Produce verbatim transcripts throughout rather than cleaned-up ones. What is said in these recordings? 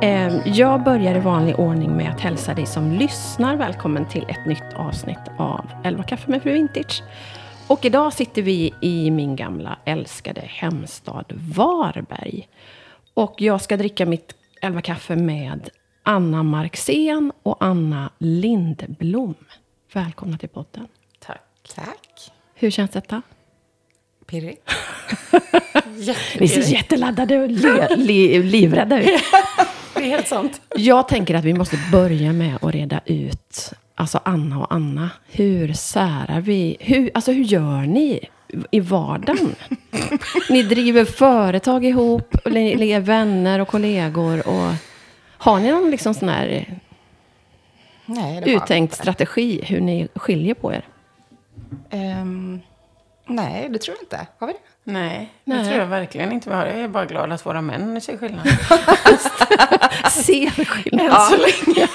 Jag börjar i vanlig ordning med att hälsa dig som lyssnar välkommen till ett nytt avsnitt av elva kaffe med fru Vintage. Och idag sitter vi i min gamla älskade hemstad Varberg. Och jag ska dricka mitt elva kaffe med Anna Marxén och Anna Lindblom. Välkomna till podden. Tack. Tack. Hur känns detta? Pirrigt. Ni ser jätteladdade och li- li- livrädda ut. Det är helt sant. Jag tänker att vi måste börja med att reda ut, alltså Anna och Anna. Hur särar vi, hur, alltså hur gör ni i vardagen? Ni driver företag ihop, och ni är vänner och kollegor. Och har ni någon liksom sån här Nej, det uttänkt strategi hur ni skiljer på er? Um, nej, det tror jag inte. Har vi det? Nej, Nej, det tror jag verkligen inte vi har. Jag är bara glad att våra män ser skillnad. Ser skillnad. Ja. Så länge.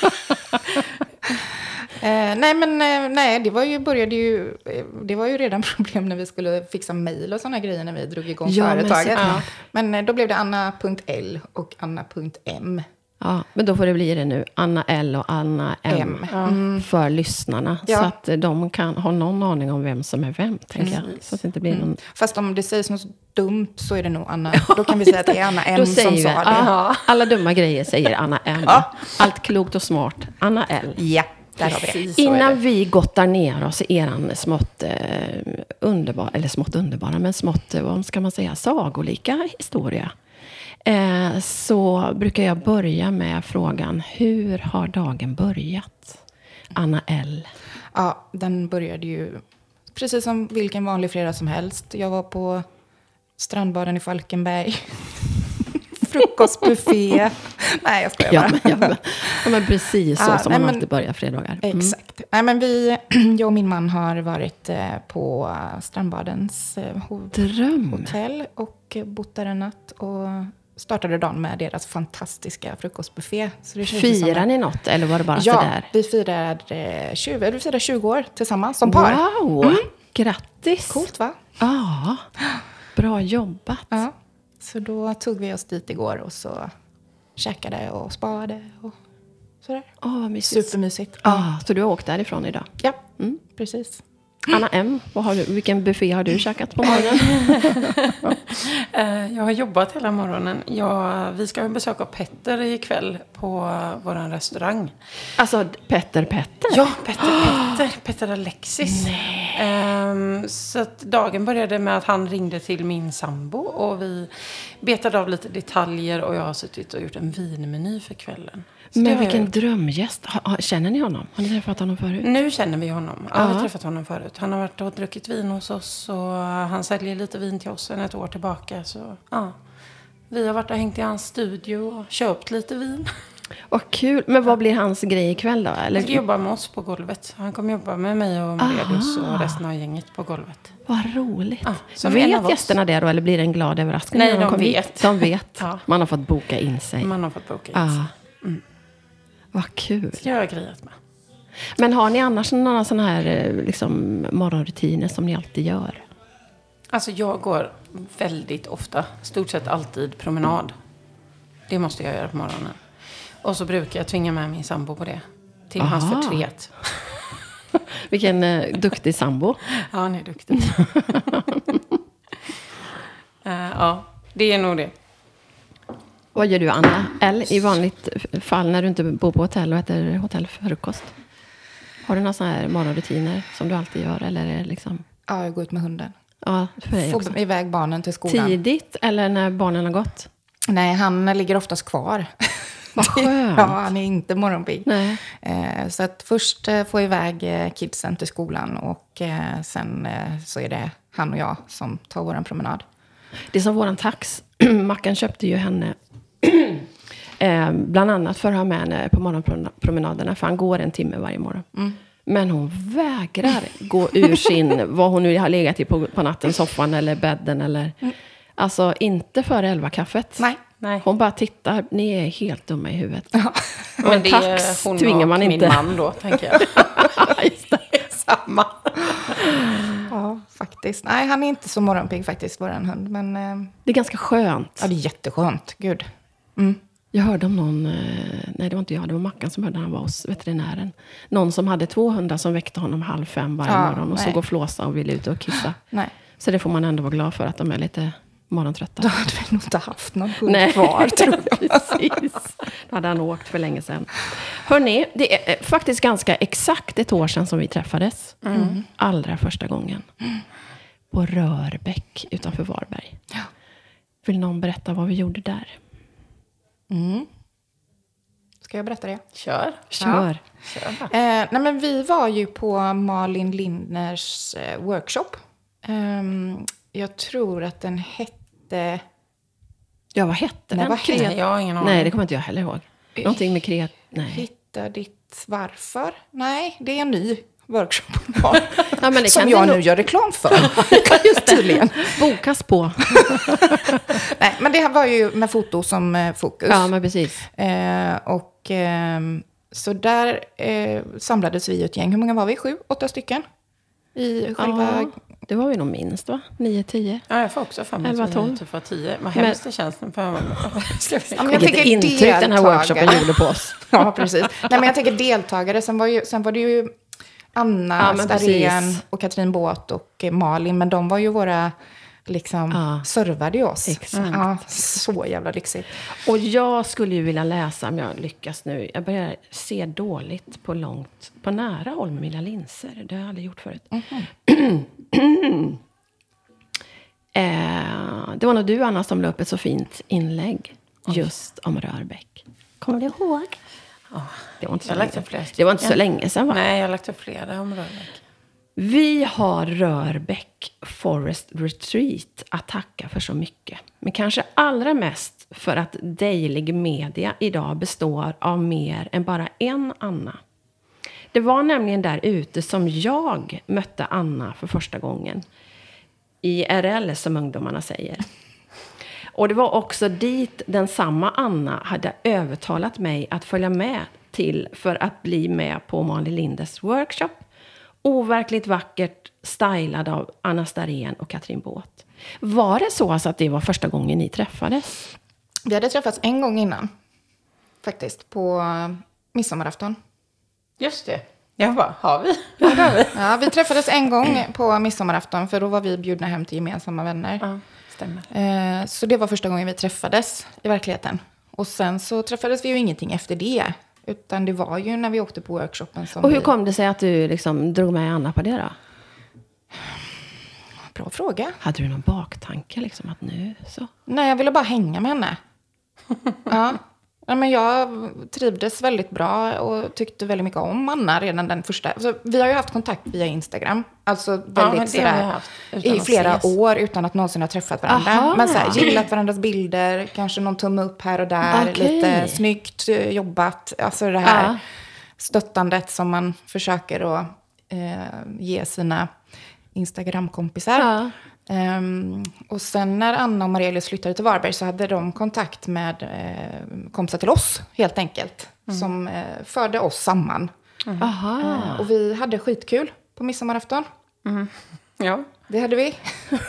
uh, nej, men uh, nej, det var ju, började ju, det var ju redan problem när vi skulle fixa mejl och såna grejer när vi drog igång Ja, företaget. men, så, men uh, då blev det Anna punkt L och Anna punkt M. Ja, men då får det bli det nu. Anna L och Anna M, M. Mm. för lyssnarna. Ja. Så att de kan ha någon aning om vem som är vem, tänker jag. Så att det inte blir någon... Mm. Fast om det sägs något dumt så är det nog Anna. Då kan vi säga att det är Anna M Då som säger vi, sa det. ja, alla dumma grejer säger Anna M. Ja. Allt klokt och smart, Anna L. Ja, där har vi det. Precis så är Innan det. vi gottar ner oss i eran smått eh, underbara, eller smått underbara, men smått, eh, vad ska man säga, sagolika historia. Eh, så brukar jag börja med frågan, hur har dagen börjat? Anna L. Ja, den började ju precis som vilken vanlig fredag som helst. Jag var på strandbaden i Falkenberg. Frukostbuffé. Nej, jag skojar Ja, bara. men, ja, men, ja, men precis så Ja, som nej, man men- alltid börjar fredagar. Mm. Exakt. Nej, men vi, jag och min man har varit eh, på strandbadens eh, ho- Dröm. hotell och eh, bott där en natt och startade dagen med deras fantastiska frukostbuffé. Så det känns som Firar en- ni något eller var det bara Ja, sådär? vi firade eh, tjugo, vi firade tjugo år tillsammans som par. Wow, grattis. Coolt, va? Ja, bra jobbat. Ja. Så då tog vi oss dit igår och så käkade och sparade och sådär. Åh, vad mysigt. Supermysigt. Ah, så du har åkt därifrån idag? Ja, mm. precis. Anna M, vad har du, vilken buffé har du käkat på morgonen? Eh, Jag har jobbat hela morgonen. Jag, vi ska besöka Petter ikväll på vår restaurang. Alltså, Petter Petter? Ja, Petter Petter. Petter Alexis. Ehm, så att dagen började med att han ringde till min sambo. Och vi betade av lite detaljer. Och jag har suttit och gjort en vinmeny för kvällen. Så det Men har jag vilken gjort. drömgäst. Ha, ha, känner ni honom? Har ni träffat honom förut? Nu känner vi honom. Ja, vi Ja. har träffat honom förut. Han har varit och druckit vin hos oss. Och han säljer lite vin till oss sedan ett år tillbaka. Så ja, vi har varit och hängt i hans studio och köpt lite vin. Vad kul. Men vad blir hans grej ikväll då? Eller? Han ska jobba med oss på golvet. Han kommer jobba med mig och Maredus Aha. och resten av gänget på golvet. Vad roligt. Ja, som en av vet oss. gästerna det då? Eller blir det en glad överraskning? Nej, när de kommer hit? vet. De vet. Ja. Man har fått boka in sig. Man har fått boka in Ja. sig. Vad kul. Det har jag grejat med. Men har ni annars några sådana här eh, liksom, morgonrutiner som ni alltid gör? Alltså jag går väldigt ofta, stort sett alltid promenad. Det måste jag göra på morgonen. Och så brukar jag tvinga med min sambo på det. Till hans Aha. förtret. Vilken eh, duktig sambo. Ja, han är duktig. uh, ja, det är nog det. Vad gör du, Anna? Eller i vanligt fall när du inte bor på hotell och äter hotellfrukost? Har du några sådana här morgonrutiner som du alltid gör? Eller är det liksom... Ja, jag går ut med hunden. Ja, för dig också. Får iväg barnen till skolan. Tidigt eller när barnen har gått? Nej, han ligger oftast kvar. Vad skönt. Ja, han är inte morgonpigg. Nej. Eh, så att först eh, få iväg eh, kidsen till skolan och eh, sen eh, så är det han och jag som tar våran promenad. Det är som våran tax. Mackan köpte ju henne eh, bland annat för att ha med henne på morgonpromenaderna. För han går en timme varje morgon. Mm. Men hon vägrar gå ur sin, vad hon nu har legat i på, på natten, soffan eller bädden. Eller, Mm. Alltså inte före elva kaffet. Nej. Nej. Hon bara tittar, ni är helt dumma i huvudet. Men det tax är hon tvingar och man min inte. man då, tänker jag. Just det. Samma. Ja, faktiskt. Nej, han är inte så morgonpigg faktiskt, våran hund. Men eh, Det är ganska skönt. ja, det är jätteskönt. Gud. Mm. Jag hörde om någon, nej det var inte jag, det var Mackan som hörde när han var hos veterinären. Någon som hade två hundar som väckte honom halv fem varje Ja, morgon och nej. så går flåsa och vill ut och kissa. Nej. Så det får man ändå vara glad för att de är lite morgontrötta. Då hade vi nog inte haft någon hund Nej, kvar, tror jag. precis. Då hade han åkt för länge sedan. Hörrni, det är faktiskt ganska exakt ett år sedan som vi träffades. Mm. Allra första gången. Mm. På Rörbäck utanför Varberg. Ja. Vill någon berätta vad vi gjorde där? Mm. Ska jag berätta det? Kör. Kör. Ja. Kör. Eh, nej men vi var ju på Malin Lindners eh, workshop. Um, jag tror att den hette... Ja, vad hette Nej, den? vad hette Nej, jag har ingen aning. Nej, det kommer inte jag heller ihåg. Någonting med kreat... Nej. Hitta ditt varför? Nej, det är en ny workshop. Ja, men det som kan jag det nu nog- gör reklam för. Just tydligen. Bokas på. Nej, men det här var ju med foto som eh, fokus. Ja, men precis. Eh, och ehm, så där eh, samlades vi ett gäng. Hur många var vi? Sju, åtta stycken? I själva... Ja, det var vi nog minst, va? Nio, tio. Ja, jag får också fem elva, tolv. typ var tio. Vad hemskt det känns. För Ja, men jag Vilket tänker intryck den här workshopen deltagare. gjorde på oss. Ja, precis. Nej, men jag tänker deltagare. Sen var, ju, sen var det ju Anna Ja, men Starén precis. och Katrin Båt och eh, Malin. Men de var ju våra, liksom, Ja. servade ju oss. Exakt. Ja, så jävla lyxigt. Och jag skulle ju vilja läsa, om jag lyckas nu. Jag börjar se dåligt på långt, på nära håll med mina linser. Det har jag aldrig gjort förut. eh, det var nog du, Anna, som la upp ett så fint inlägg. Just om Rörbäck. Kommer du ihåg? Det var inte så, Jag har lagt länge. upp flera Det var inte så stycken. länge sedan, va? Nej, jag har lagt upp flera om Rörbäck. Vi har Rörbäck Forest Retreat att tacka för så mycket. Men kanske allra mest för att daily media idag består av mer än bara en Anna. Det var nämligen där ute som jag mötte Anna för första gången. I R L, som ungdomarna säger. Och det var också dit den samma Anna hade övertalat mig att följa med till för att bli med på Malin Lindners workshop. Overkligt vackert, stylad av Anna Starén och Katrin Båt. Var det så alltså att det var första gången ni träffades? Vi hade träffats en gång innan. Faktiskt, på eh, midsommarafton. Just det. Jag bara, har vi? Ja, det har vi. Ja, vi träffades en gång på midsommarafton. För då var vi bjudna hem till gemensamma vänner. Ja, stämmer. Eh, så det var första gången vi träffades i verkligheten. Och sen så träffades vi ju ingenting efter det. Utan det var ju när vi åkte på workshopen som Och hur vi... kom det sig att du liksom drog med Anna på det då? Bra fråga. Hade du någon baktanke liksom att nu så? Nej, jag ville bara hänga med henne. Ja. Ja, men jag trivdes väldigt bra och tyckte väldigt mycket om Anna redan den första. Alltså, vi har ju haft kontakt via Instagram. Alltså väldigt men det har sådär, vi haft, utan i att flera ses. år utan att någonsin ha träffat varandra. Aha. Men så här, gillat varandras bilder, kanske någon tumme upp här och där. Okej. Lite snyggt eh, jobbat. Alltså det här Ja. stöttandet som man försöker att eh, ge sina Instagram-kompisar. Ja. Um, och sen när Anna och Marelius flyttade till Varberg så hade de kontakt med eh, kompisar till oss, helt enkelt. Mm. Som eh, förde oss samman. Aha. Uh, och vi hade skitkul på midsommarafton. Ja. Det hade vi.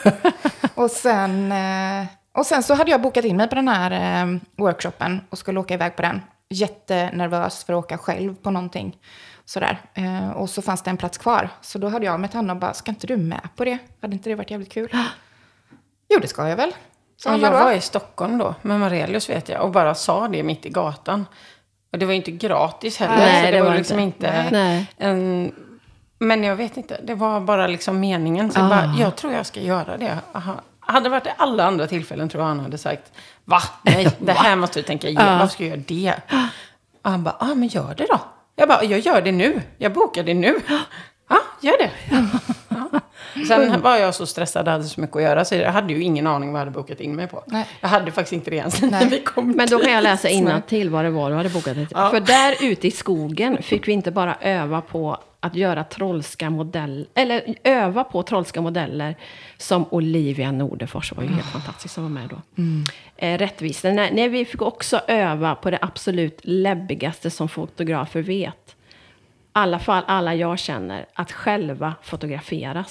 och, sen, eh, och sen så hade jag bokat in mig på den här eh, workshopen och skulle åka iväg på den. Jättenervös för att åka själv på någonting. Sådär. Eh, och så fanns det en plats kvar. Så då hade jag med Hanna och bara, ska inte du med på det? Hade inte det varit jävligt kul? Jo, det ska jag väl. Så Och han jag bara, var i Stockholm då med Marelius, vet jag. Och bara sa det mitt i gatan. Och det var ju inte gratis heller. Nej, så det, det var var liksom inte. inte, Nej. en... Men jag vet inte. Det var bara liksom meningen. Så jag, Ah. bara, jag tror jag ska göra det. Aha. Hade det varit i alla andra tillfällen tror jag han hade sagt, va? Nej, det här måste du tänka igenom. Varför ska jag göra det? Och han bara, ja ah, men gör det då. Jag bara, jag gör det nu. Jag bokar det nu. Ja, gör det. Ja. Sen var jag så stressad och hade så mycket att göra. Så jag hade ju ingen aning vad jag hade bokat in mig på. Nej. Jag hade faktiskt inte det ens när vi kom Men då kan jag dit. läsa innan till vad det var du hade bokat det till. Ja. För där ute i skogen fick vi inte bara öva på att göra trollska modeller, eller öva på trollska modeller som Olivia Nordefors var ju helt fantastisk som var med då. Mm. Eh, rättvist. Nej, nej, vi fick också öva på det absolut läbbigaste som fotografer vet. I alla fall alla jag känner, att själva fotograferas.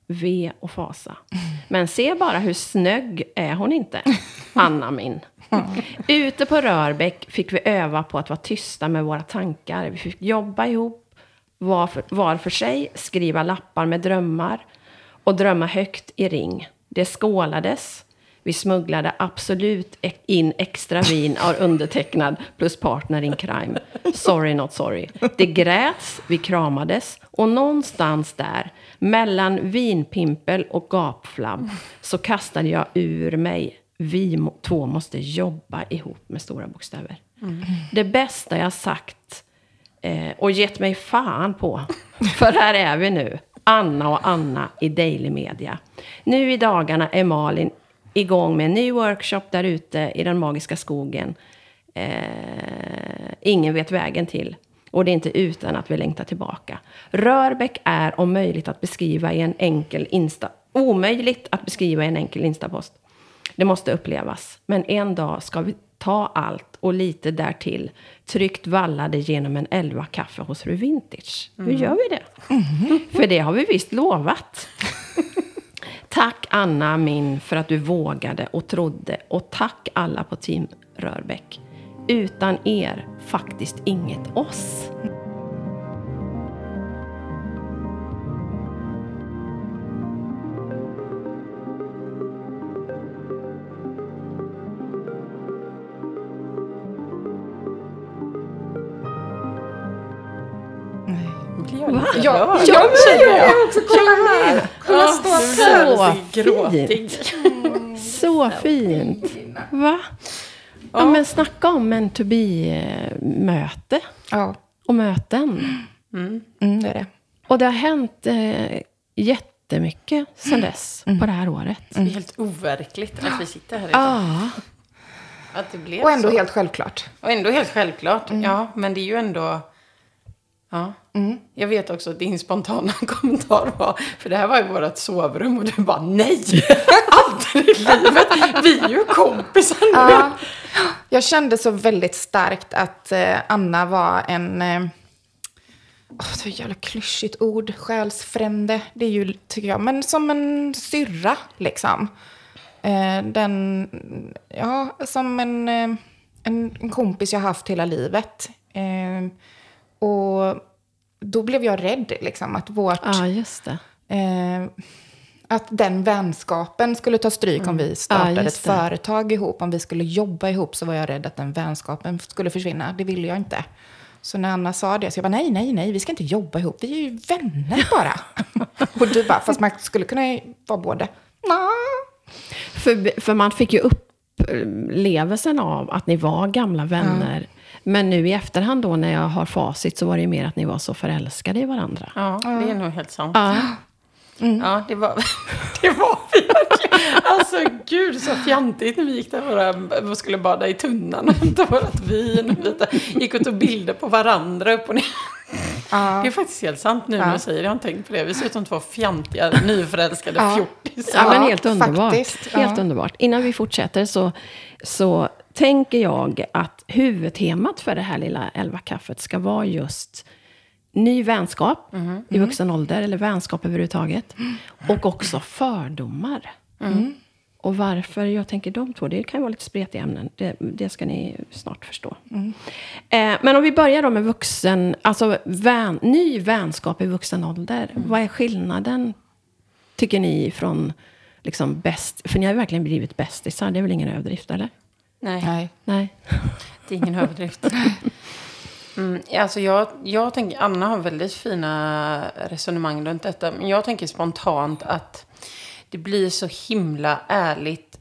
ve och fasa. Men se bara hur snygg är hon inte, Anna min. Ute på Rörbäck fick vi öva på att vara tysta med våra tankar. Vi fick jobba ihop var för, var för sig, skriva lappar med drömmar och drömma högt i ring. Det skålades. Vi smugglade absolut in extra vin av undertecknad plus partner in crime. Sorry not sorry. Det gräts, vi kramades och någonstans där mellan vinpimpel och gapflabb så kastade jag ur mig. Vi må, två måste jobba ihop med stora bokstäver. Mm. Det bästa jag sagt eh, och gett mig fan på. För här är vi nu. Anna och Anna i Daily Media. Nu i dagarna är Malin igång med en ny workshop där ute i den magiska skogen. Eh, ingen vet vägen till. Och det är inte utan att vi längtar tillbaka. Rörbäck är om möjligt att beskriva i en enkel insta... Omöjligt att beskriva i en enkel instapost. Det måste upplevas. Men en dag ska vi ta allt och lite därtill. Tryckt vallade genom en elva kaffe hos Fru Vintage. Mm. Hur gör vi det? Mm. För det har vi visst lovat. Tack Anna min för att du vågade och trodde. Och tack alla på Team Rörbäck. Utan er faktiskt inget oss. Va? Ja, jag vill också kolla här. Kolla stå så fint. Mm, så fint. Va? Ja, men snacka om en to be-möte. Ja. Och möten. Mm. Mm, det är det. Och det har hänt eh, jättemycket sedan dess mm. på det här året. Mm. Det är helt overkligt att vi sitter här idag. Ja. Att det blev och ändå så. helt självklart. Och ändå helt självklart. Mm. Ja, men det är ju ändå... Ja, mm. jag vet också att din spontana kommentar var, för det här var ju vårt sovrum och du bara, nej, aldrig i livet, vi är ju kompisar nu. Ja, jag kände så väldigt starkt att eh, Anna var en, eh, oh, det är ett jävla klyschigt ord, själsfrände, det är ju, tycker jag, men som en syrra, liksom. Eh, den, ja, som en, eh, en, en kompis jag haft hela livet. Eh, Och då blev jag rädd liksom att vårt ja, just det. Eh, att den vänskapen skulle ta stryk mm. om vi startade ja, ett företag ihop, om vi skulle jobba ihop, så var jag rädd att den vänskapen skulle försvinna. Det ville jag inte. Så när Anna sa det så jag bara nej, nej, nej, vi ska inte jobba ihop. Vi är ju vänner bara. Och du bara, fast man skulle kunna vara både. Nah. För, för man fick ju upplevelsen av att ni var gamla vänner. Ja. Men nu i efterhand då när jag har facit så var det ju mer att ni var så förälskade i varandra. Ja, det är nog helt sant. Ja, mm. ja det var det var vi verkligen. Alltså gud så fjantigt när vi gick där våra, och skulle bada i tunnan och hämta vårat vin och lite, gick och tog bilder på varandra upp och ner. Ja. Det är faktiskt helt sant nu när jag säger det. Jag har inte tänkt på det. Vi ser ut som två fjantiga, nyförälskade ja. fjortisar. Ja, men helt underbart. Faktiskt. Helt ja. underbart. Innan vi fortsätter så, så tänker jag att huvudtemat för det här lilla elva-kaffet ska vara just ny vänskap mm. i vuxen ålder, eller vänskap överhuvudtaget. Mm. Och också fördomar. Mm. Och varför jag tänker de två, det kan ju vara lite spretiga ämnen. Det, det ska ni snart förstå. Mm. Eh, men om vi börjar då med vuxen, alltså vän, ny vänskap i vuxen ålder. Mm. Vad är skillnaden, tycker ni, från liksom bäst? För ni har ju verkligen blivit bästisar, det är väl ingen överdrift, eller? Nej. Nej. Nej. Det är ingen överdrift. Mm, alltså jag, jag tänker, Anna har väldigt fina resonemang runt detta. Men jag tänker spontant att det blir så himla ärligt,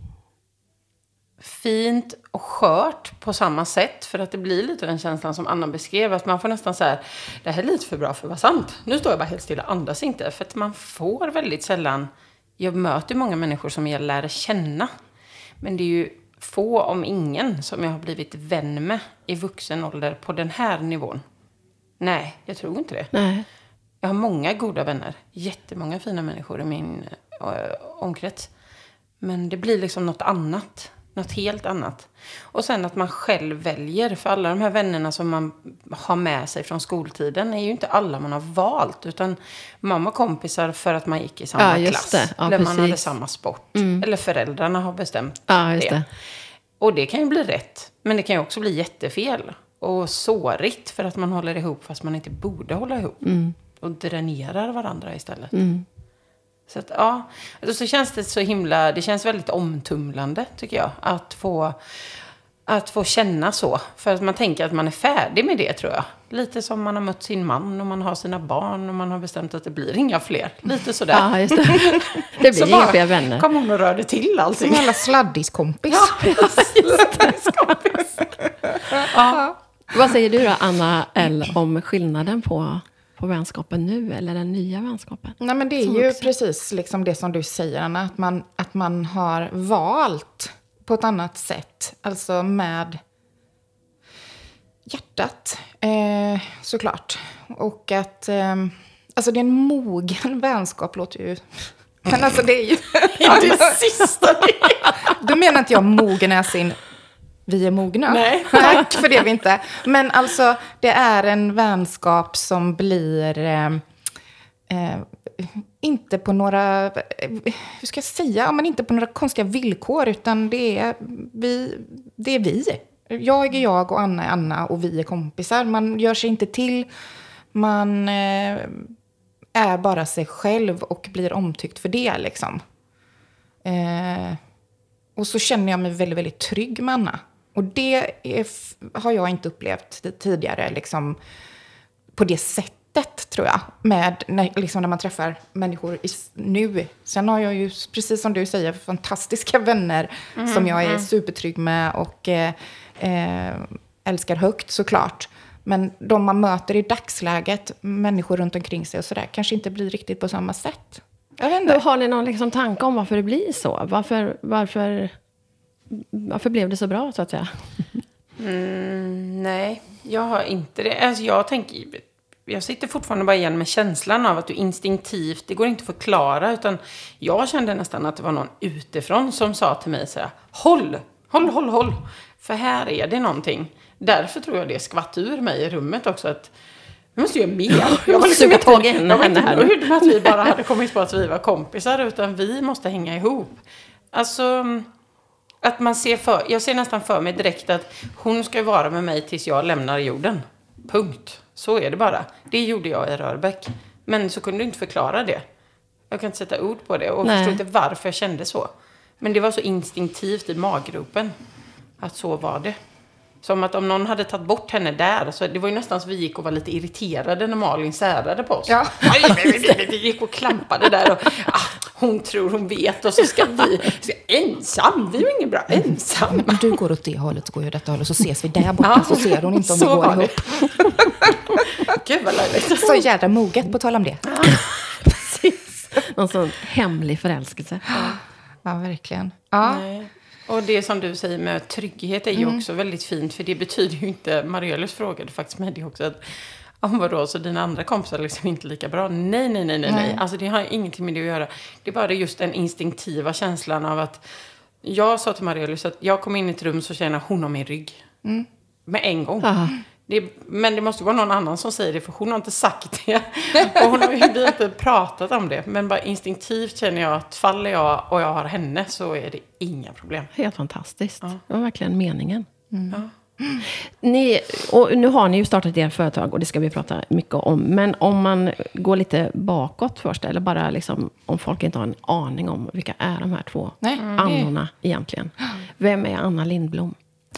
fint och skört på samma sätt. För att det blir lite den känslan som Anna beskrev. Att man får nästan så här, det här är lite för bra för att vara sant. Nu står jag bara helt stilla, andas inte. För att man får väldigt sällan, jag möter många människor som jag lär känna. Men det är ju få, om ingen, som jag har blivit vän med i vuxen ålder på den här nivån. Nej, jag tror inte det. Nej. Jag har många goda vänner. Jättemånga fina människor i min äh, omkrets. Men det blir liksom något annat. Något helt annat. Och sen att man själv väljer. För alla de här vännerna som man har med sig från skoltiden är ju inte alla man har valt. Utan mamma och kompisar för att man gick i samma ja, klass. Det. Ja, eller precis. man hade samma sport. Mm. Eller föräldrarna har bestämt ja, just det. det. Och det kan ju bli rätt. Men det kan ju också bli jättefel. Och sårigt för att man håller ihop fast man inte borde hålla ihop. Mm. Och dränerar varandra istället. Mm. Så att, ja. Och så känns det så himla, det känns väldigt omtumlande tycker jag. Att få, att få känna så. För att man tänker att man är färdig med det tror jag. Lite som man har mött sin man och man har sina barn och man har bestämt att det blir inga fler. Lite sådär. Ja, just det. Det blir inga fler vänner. Kom hon och rörde till allting. Som alla sladdiskompis. Ja, sladdiskompis. Ja. Vad säger du då, Anna L, om skillnaden på, på vänskapen nu eller den nya vänskapen? Nej, men det är som ju också. precis liksom det som du säger, Anna. Att man, att man har valt på ett annat sätt. Alltså med hjärtat, eh, såklart. Och att, eh, alltså det är en mogen vänskap, låter ju... Men alltså det är ju... Ja, det är sista det. Du menar inte jag mogen är sin... Vi är mogna. Nej. Tack för det vi inte. Men alltså, det är en vänskap som blir... Eh, eh, inte på några... Eh, hur ska jag säga? Men inte på några konstiga villkor. Utan det är vi. Det är vi. Jag är jag och Anna är Anna och vi är kompisar. Man gör sig inte till. Man eh, är bara sig själv och blir omtyckt för det liksom. Eh, och så känner jag mig väldigt, väldigt trygg med Anna. Och det är, har jag inte upplevt tidigare liksom, på det sättet, tror jag. Med, när, liksom, när man träffar människor i, nu. Sen har jag ju, precis som du säger, fantastiska vänner mm, som jag är mm. supertrygg med och eh, eh, älskar högt, såklart. Men de man möter i dagsläget, människor runt omkring sig och sådär, kanske inte blir riktigt på samma sätt. Jag vet inte. Då har ni någon liksom tanke om varför det blir så? Varför, varför, varför blev det så bra, så att säga? Mm, nej, jag har inte det. Alltså jag tänker, jag sitter fortfarande bara igen med känslan av att du instinktivt, det går inte att förklara, utan jag kände nästan att det var någon utifrån som sa till mig så här: håll, håll, håll, håll. För här är det någonting. Därför tror jag det skvatt ur mig i rummet också, att vi måste göra mer. Jag var liksom inte, jag var inte nöjd med att vi bara hade kommit på att vi var kompisar, utan vi måste hänga ihop. Alltså, att man ser för, jag ser nästan för mig direkt att hon ska vara med mig tills jag lämnar jorden. Punkt. Så är det bara. Det gjorde jag i Rörbäck. Men så kunde du inte förklara det. Jag kan inte sätta ord på det. Och Nej. förstår inte varför jag kände så. Men det var så instinktivt i maggropen. Att så var det. Som att om någon hade tagit bort henne där. Så det var ju nästan så vi gick och var lite irriterade när Malin särade på oss. Ja. Vi gick och klampade där. Och, ah, hon tror hon vet. Och så ska vi ska, ensam. Vi är ju ingen bra ensam. Men om du går åt det hållet så går jag åt detta hållet. Så ses vi där borta. Ja. Så ser hon inte om vi går ihop. Gud vad löjligt. Så jävla moget på tal om det. Ja, precis. Någon sån hemlig förälskelse. Ja, ja verkligen. Ja. Nej. Och det som du säger med trygghet är ju mm. också väldigt fint. För det betyder ju inte, Marielus frågade faktiskt mig det också, att om vadå, så dina andra kompisar är liksom inte lika bra. Nej, nej, nej, nej, nej. Alltså det har ingenting med det att göra. Det är bara just den instinktiva känslan av att jag sa till Marielus att jag kom in i ett rum så känner hon om min rygg. Mm. Med en gång. Aha. Det, men det måste vara någon annan som säger det, för hon har inte sagt det. Och hon har ju inte pratat om det. Men bara instinktivt känner jag att faller jag och jag har henne så är det inga problem. Helt fantastiskt. Ja. Det var verkligen meningen. Mm. Ja. Ni, och nu har ni ju startat ert företag och det ska vi prata mycket om. Men om man går lite bakåt först, eller bara liksom, om folk inte har en aning om vilka är de här två Nej. Annorna egentligen. Vem är Anna Lindblom?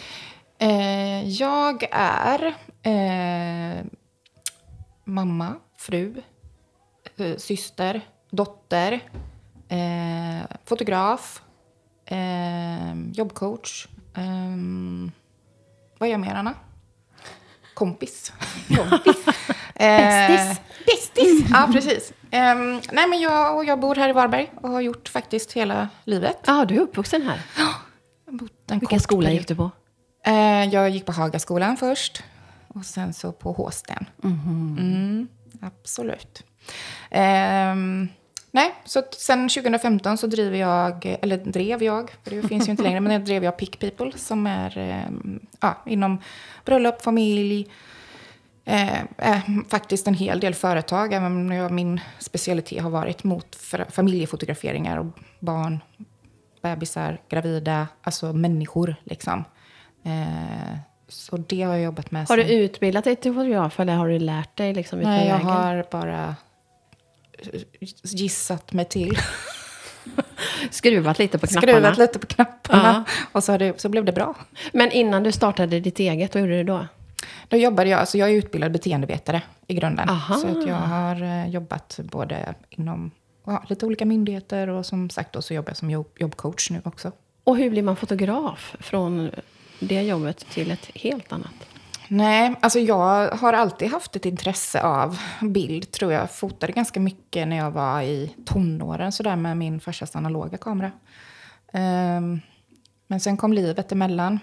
Eh, jag är eh, mamma, fru, eh, syster, dotter, eh, fotograf, eh, jobbcoach. Eh, vad är jag mer, Anna? Kompis. Kompis. eh, Bästis. Bästis. Ja, precis. Eh, nej, men jag, och jag bor här i Varberg och har gjort faktiskt hela livet. Ja, ah, du är uppvuxen här. Ja. Vilken skola gick du på? Jag gick på Hagaskolan först. Och sen så på Håsten. Mm-hmm. Mm, absolut. Um, Nej, så att sen tjugo femton så driver jag, eller drev jag, för det finns ju inte längre, men jag drev jag Pick People som är eh, ja, inom bröllop, familj, eh, eh, faktiskt en hel del företag, även om jag, min specialitet har varit mot för, familjefotograferingar och barn, bebisar, gravida, alltså människor liksom. Eh, så det har jag jobbat med. Har du sen. utbildat dig till fotograf eller har du lärt dig liksom utav Nej, jag vägen? har bara gissat mig till. Skruvat lite på knapparna. Skruvat lite på knapparna. Ja. Och så, det, så blev det bra. Men innan du startade ditt eget, vad gjorde du då? Då jobbade jag, alltså jag är utbildad beteendevetare i grunden. Aha. Så att jag har eh, jobbat både inom ja, lite olika myndigheter och som sagt då så jobbar jag som jobb, jobbcoach nu också. Och hur blir man fotograf från det jobbet till ett helt annat? Nej, alltså jag har alltid haft ett intresse av bild, tror jag. Fotade ganska mycket när jag var i tonåren så där med min farsas analoga kamera. Um, men sen kom livet emellan.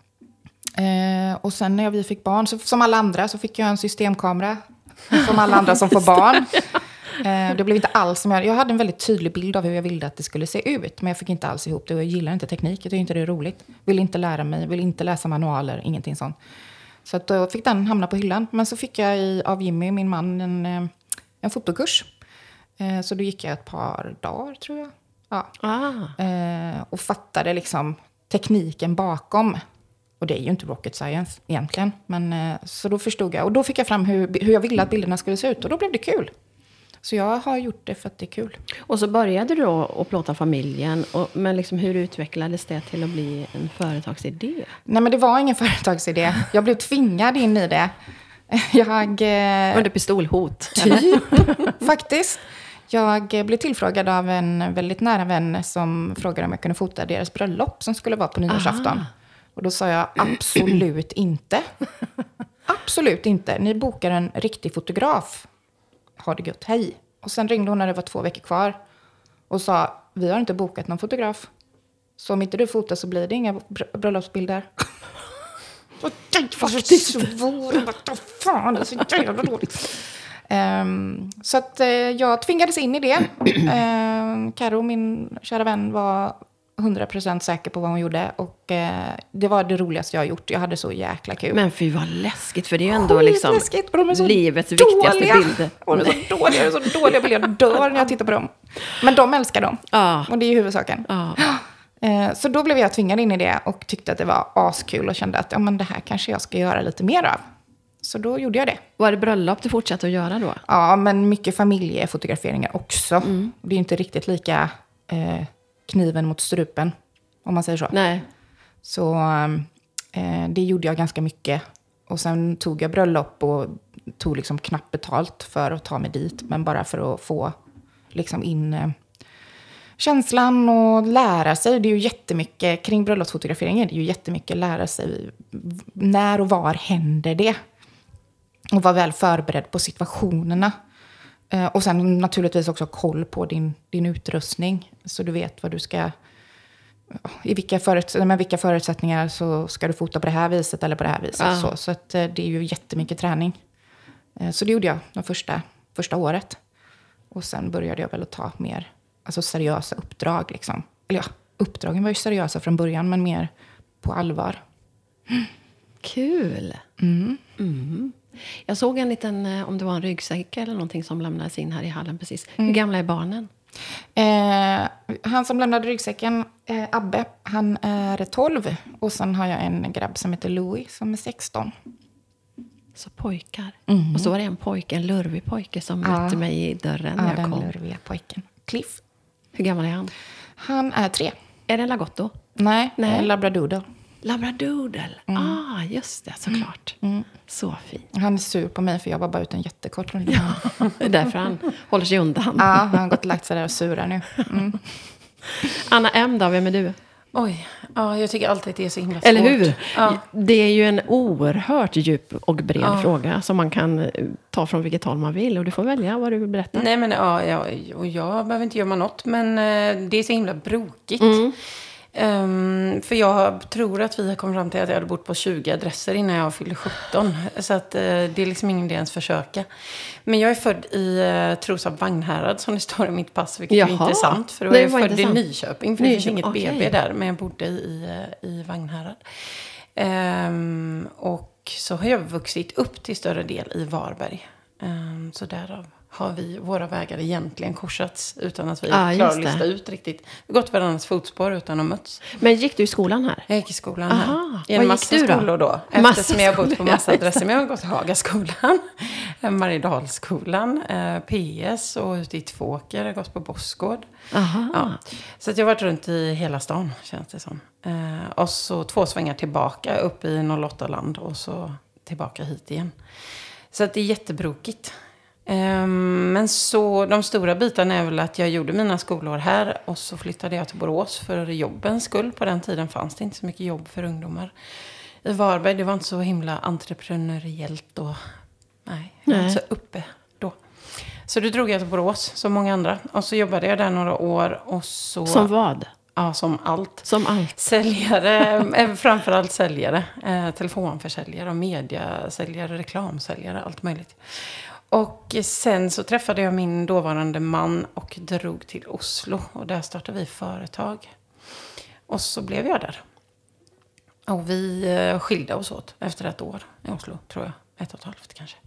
Uh, och sen när vi fick barn, så, som alla andra, så fick jag en systemkamera. Som alla andra som får barn. Uh, det blev inte alls som jag... Jag hade en väldigt tydlig bild av hur jag ville att det skulle se ut. Men jag fick inte alls ihop det och jag gillar inte teknik. Jag tycker inte det är roligt. Vill inte lära mig, vill inte läsa manualer, ingenting sånt. Så att då fick den hamna på hyllan. Men så fick jag i, av Jimmy, min man, en, en fotokurs. Eh, så då gick jag ett par dagar, tror jag. Ja. Ah. Eh, och fattade liksom tekniken bakom. Och det är ju inte rocket science egentligen. Men, eh, så då förstod jag. Och då fick jag fram hur, hur jag ville att bilderna skulle se ut. Och då blev det kul. Så jag har gjort det för att det är kul. Och så började du då att plåta familjen. Och, men liksom hur utvecklades det till att bli en företagsidé? Nej, men det var ingen företagsidé. Jag blev tvingad in i det. Jag... Eh, Under pistolhot? Typ, faktiskt. Jag blev tillfrågad av en väldigt nära vän som frågade om jag kunde fota deras bröllop som skulle vara på nyårsafton. Aha. Och då sa jag absolut inte. Absolut inte. Ni bokar en riktig fotograf. Ha det gött, hej. Och sen ringde hon när det var två veckor kvar. Och sa, vi har inte bokat någon fotograf. Så om inte du fotar så blir det inga br- bröllopsbilder. Och det var svår. Vad fan, det är så jävla dåligt. Um, så att uh, jag tvingades in i det. Uh, Karo, min kära vän, var hundra procent säker på vad hon gjorde. Och uh, det var det roligaste jag har gjort. Jag hade så jäkla kul. Men fy vad läskigt, för det är ju ändå liksom livets dåliga. viktigaste bilder. Och de är så dåliga, så dåliga bilder. Jag dör när jag tittar på dem. Men de älskar dem. Ja. Och det är huvudsaken. Ja. Uh, så då blev jag tvingad in i det och tyckte att det var askul och kände att ja, men det här kanske jag ska göra lite mer av. Så då gjorde jag det. Var det bröllop du fortsatte att göra då? Ja, men mycket familjefotograferingar också. Mm. Det är inte riktigt lika eh, kniven mot strupen, om man säger så. Nej. Så eh, det gjorde jag ganska mycket. Och sen tog jag bröllop och tog liksom knappt betalt för att ta mig dit. Men bara för att få liksom in eh, känslan och lära sig. Det är ju jättemycket, kring bröllopsfotograferingen, det är ju jättemycket lära sig. När och var händer det? Och vara väl förberedd på situationerna. Eh, och sen naturligtvis också koll på din, din utrustning. Så du vet vad du ska... I vilka, förut, med vilka förutsättningar så ska du fota på det här viset eller på det här viset. Ah. Så, så att, eh, det är ju jättemycket träning. Eh, så det gjorde jag de första, första året. Och sen började jag väl att ta mer alltså seriösa uppdrag. Liksom. Eller ja, uppdragen var ju seriösa från början, men mer på allvar. Kul. Mm. Mm. Jag såg en liten, om det var en ryggsäck eller någonting som lämnades in här i hallen precis. Mm. Hur gamla är barnen? Eh, han som lämnade ryggsäcken, eh, Abbe, han är tolv. Och sen har jag en grabb som heter Louis som är sexton. Så pojkar. Mm. Och så var det en pojke, en lurvig pojke som Ja. mötte mig i dörren Ja, när jag den kom. lurviga pojken. Cliff. Hur gammal är han? Han är tre. Är det en lagotto? Nej, Nej. Nej. labradoodle. Labradoodle. Mm. Ah, just det, såklart. Mm. Så fin. Han är sur på mig för jag var bara ute en jättekort runda. Ja, det är därför han håller sig undan. Ja, han har gått och lagt sig där och surar nu. Mm. Anna M då, vem är du? Oj, ja, jag tycker alltid att det är så himla svårt. Eller hur? Ja. Det är ju en oerhört djup och bred Ja. fråga som man kan eh, ta från vilket håll man vill. Och du får välja vad du vill berätta. Nej, men ja, ja, och jag behöver inte göra något, men eh, det är så himla brokigt. Mm. Um, för jag tror att vi har kommit fram till att jag hade bott på tjugo adresser innan jag fyllde sjutton. Så att uh, det är liksom ingen idé ens försöka. Men jag är född i uh, Trosab Vagnhärad som det står i mitt pass. Vilket Jaha. är intressant. För då är jag född intressant. i Nyköping. För Nyköping. Det finns inget okay. B B där. Men jag bodde i, uh, i Vagnhärad. Um, och så har jag vuxit upp till större del i Varberg. Um, så därav har vi våra vägar egentligen korsats utan att vi ah, klarar att lista ut riktigt. Vi har gått varandras fotspår utan att möts. Men gick du i skolan här? Jag gick i skolan Aha. här. I en massa då? skolor då. Eftersom jag har bott på massa adresser. Men jag har gått i Hagaskolan, Mariedalsskolan, eh, P S och ute i Tvååker. Jag har gått på Bossgård. Ja. Så att jag har varit runt i hela stan, känns det som. Eh, och så två svängar tillbaka upp i noll åtta-land och så tillbaka hit igen. Så att det är jättebrokigt. Um, men så de stora bitarna är väl att jag gjorde mina skolår här och så flyttade jag till Borås för jobbens skull. På den tiden fanns det inte så mycket jobb för ungdomar i Varberg. Det var inte så himla entreprenöriellt då. Nej, det var inte så uppe då. Så då drog jag till Borås som många andra. Och så jobbade jag där några år och så... Som vad? Ja, som allt. Som allt. Säljare, framförallt säljare. Eh, telefonförsäljare, mediasäljare, reklamsäljare, allt möjligt. Och sen så träffade jag min dåvarande man och drog till Oslo. Och där startade vi företag. Och så blev jag där. Och vi skilde oss åt efter ett år i Oslo, tror jag. Ett och ett halvt kanske.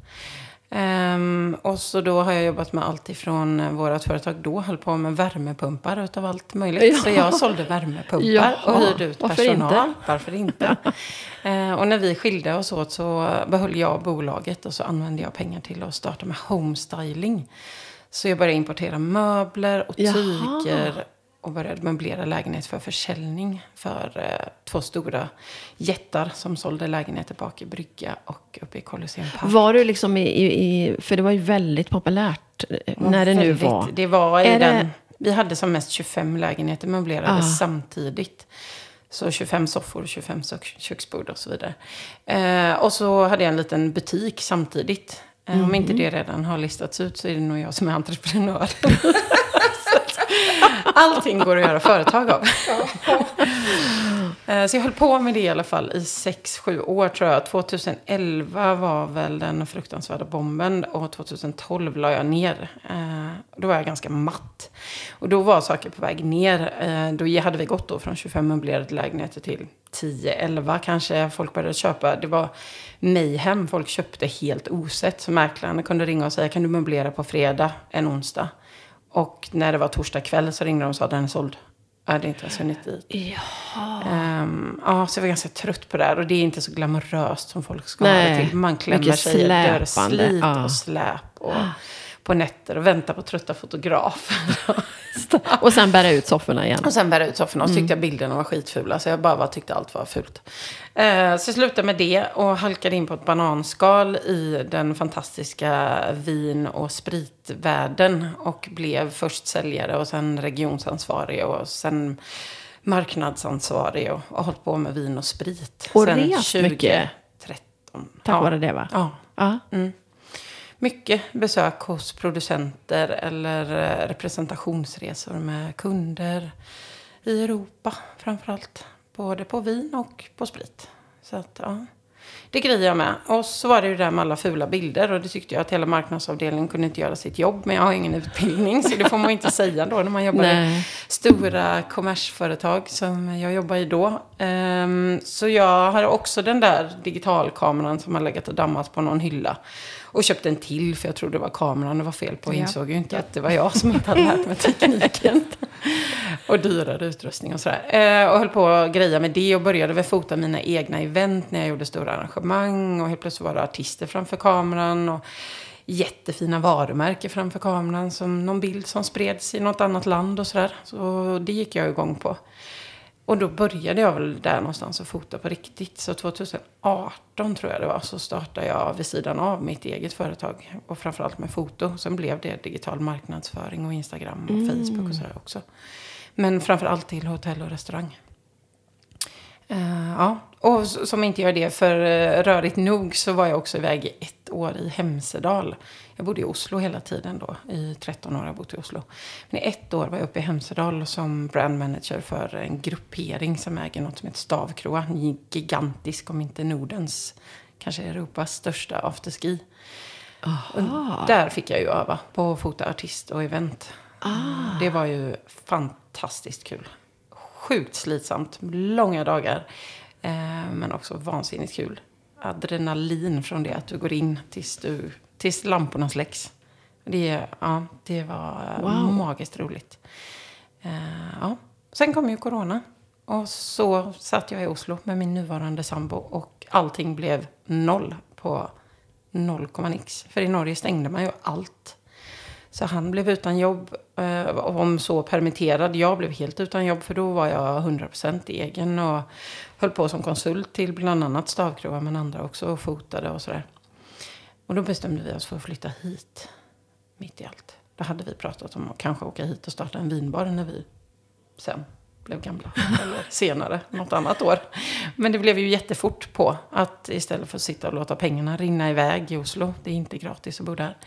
Um, och så då har jag jobbat med allt ifrån vårat företag då höll på med värmepumpar utav allt möjligt. Ja. Så jag sålde värmepumpar ja. och hyrde ut Varför personal. Inte? Varför inte? uh, och när vi skilde oss åt så behöll jag bolaget och så använde jag pengar till att starta med homestyling. Så jag började importera möbler och tyger Jaha. och började möblera lägenhet för försäljning för eh, två stora jättar som sålde lägenheter bak i Brygga och uppe i Colosseum Park. Var du liksom i, i för det var ju väldigt populärt när det väldigt, nu var. Det var i den, det... vi hade som mest tjugofem lägenheter möblerade ah. samtidigt. Så tjugofem soffor, tjugofem köksbord och så vidare. Eh, och så hade jag en liten butik samtidigt. Eh, mm. Om inte det redan har listats ut så är det nog jag som är entreprenör. Allting går att göra företag av. Så jag höll på med det i alla fall i sex sju år tror jag. tjugoelva var väl den fruktansvärda bomben och tjugotolv la jag ner. Då var jag ganska matt. Och då var saker på väg ner. Då hade vi gått då från tjugofem möblerade lägenheter till tio elva kanske. Folk började köpa. Det var mayhem. Folk köpte helt osett. Så mäklaren kunde ringa och säga kan du möblera på fredag en onsdag. Och när det var torsdag kväll så ringde de och sa att den är såld. Ja, det är inte ens hunnit dit. Jaha. Um, ja, så jag var ganska trött på det här. Och det är inte så glamoröst som folk ska Nej, ha det till. Man klämmer sig i dörrslit ja. och släp och på nätter och väntar på trötta fotografer. Och sen bära ut sofforna igen. Och sen bära ut sofforna. Och så tyckte jag bilderna var skitfula. Så jag bara tyckte allt var fult. Uh, så jag slutade med det och halkade in på ett bananskal i den fantastiska vin- och spritvärlden. Och blev först säljare och sen regionsansvarig och sen marknadsansvarig. Och, och hållit på med vin och sprit. Och sen rest mycket. tretton Tack ja. vare det va? Ja. Ja. Mm. Mycket besök hos producenter eller representationsresor med kunder i Europa framförallt. Både på vin och på sprit. Så att, ja. Det grejer jag med. Och så var det ju där med alla fula bilder. Och det tyckte jag att hela marknadsavdelningen kunde inte göra sitt jobb. Men jag har ingen utbildning. Så det får man inte säga då när man jobbar Nej. i stora kommersföretag som jag jobbar i då. Um, så jag har också den där digitalkameran som har legat och dammat på någon hylla. Och köpte en till för jag trodde det var kameran det var fel på. Och insåg ju inte ja. att det var jag som inte hade lärt mig tekniken. Och dyrare utrustning och sådär. Eh, och höll på att greja med det och började väl fota mina egna event när jag gjorde stora arrangemang. Och helt plötsligt var det artister framför kameran och jättefina varumärken framför kameran. Som någon bild som spreds i något annat land och sådär. Så det gick jag igång på. Och då började jag väl där någonstans att fota på riktigt. Så tjugoarton tror jag det var så startade jag vid sidan av mitt eget företag. Och framförallt med foto. Sen blev det digital marknadsföring och Instagram och mm. Facebook och sådär också. Men framförallt till hotell och restaurang. Uh, ja, och som inte gör det för uh, rörigt nog så var jag också iväg i ett år i Hemsedal. Jag bodde i Oslo hela tiden då, i tretton år har jag bott i Oslo. Men i ett år var jag uppe i Hemsedal som brandmanager för en gruppering som äger något som heter Stavkroa. Gigantisk, om inte Nordens, kanske Europas största afterski. Där fick jag ju öva på att fota artist och event. Ah. Det var ju fantastiskt kul. Sjukt slitsamt, långa dagar. Eh, men också vansinnigt kul. Adrenalin från det att du går in tills, du, tills lamporna släcks. Det, ja, det var wow. magiskt roligt. Eh, ja. Sen kom ju corona. Och så satt jag i Oslo med min nuvarande sambo. Och allting blev noll på noll komma nix. För i Norge stängde man ju allt. Så han blev utan jobb, eh, om så permitterad. Jag blev helt utan jobb för då var jag hundra procent egen och höll på som konsult till bland annat Stavkroa men andra också och fotade och sådär. Och då bestämde vi oss för att flytta hit mitt i allt. Då hade vi pratat om att kanske åka hit och starta en vinbar när vi sen blev gamla. Eller senare, något annat år. Men det blev ju jättefort på att istället för att sitta och låta pengarna rinna iväg i Oslo. Det är inte gratis att bo där.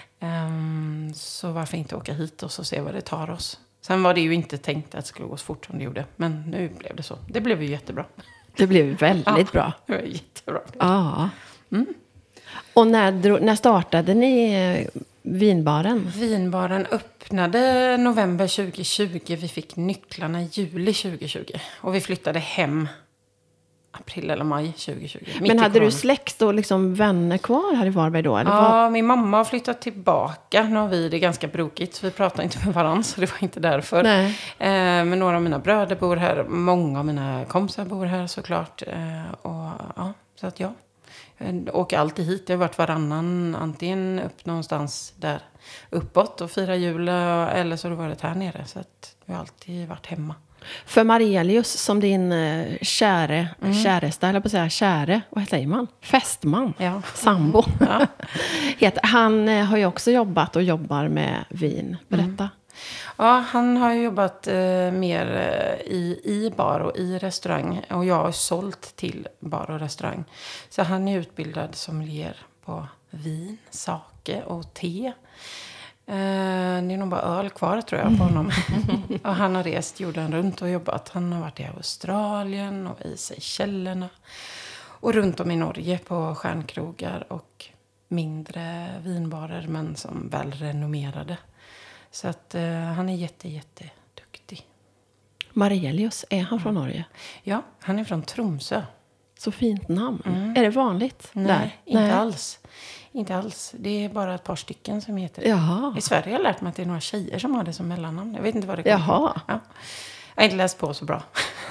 Um, så varför inte åka hit och så se vad det tar oss. Sen var det ju inte tänkt att det skulle gå så fort som det gjorde. Men nu blev det så. Det blev ju jättebra. Det blev väldigt ja, bra. Det var jättebra. Ja. Mm. Och när, när startade ni vinbaren? Vinbaren öppnade november tjugo tjugo. Vi fick nycklarna i juli tjugo tjugo. Och vi flyttade hem april eller maj tjugo tjugo. Men hade du släkt och liksom vänner kvar här i Varberg då? Eller ja, var... min mamma har flyttat tillbaka. Nu har vi det ganska brokigt. Vi pratar inte med varandra så det var inte därför. Nej. Eh, men några av mina bröder bor här. Många av mina kompisar bor här såklart. Eh, och ja, så att ja. Jag åker alltid hit. Jag har varit varannan antingen upp någonstans där uppåt och fira jul eller så har det varit här nere. Så att jag har alltid varit hemma. För Marielius som din uh, käre, mm. käresta, eller på att säga käre, vad säger man? Fästman, ja. Sambo. Ja. Heter, han uh, har ju också jobbat och jobbar med vin. Berätta. Mm. Ja, han har ju jobbat eh, mer eh, i, i bar och i restaurang. Och jag har sålt till bar och restaurang. Så han är utbildad sommelier på vin, sake och te. Eh, det är nog bara öl kvar tror jag på honom. Och han har rest jorden runt och jobbat. Han har varit i Australien och i Seychellerna. Och runt om i Norge på stjärnkrogar och mindre vinbarer men som väl renommerade. Så att uh, han är jätte, jätte duktig. Marielius, är han från Norge? Ja, han är från Tromsö. Så fint namn. Mm. Är det vanligt Nej, där? inte Nej, alls. Inte alls. Det är bara ett par stycken som heter det. Jaha. I Sverige har jag lärt mig att det är några tjejer som har det som mellannamn. Jag vet inte vad det kommer. Jaha. Ja. Jag har inte läst på så bra.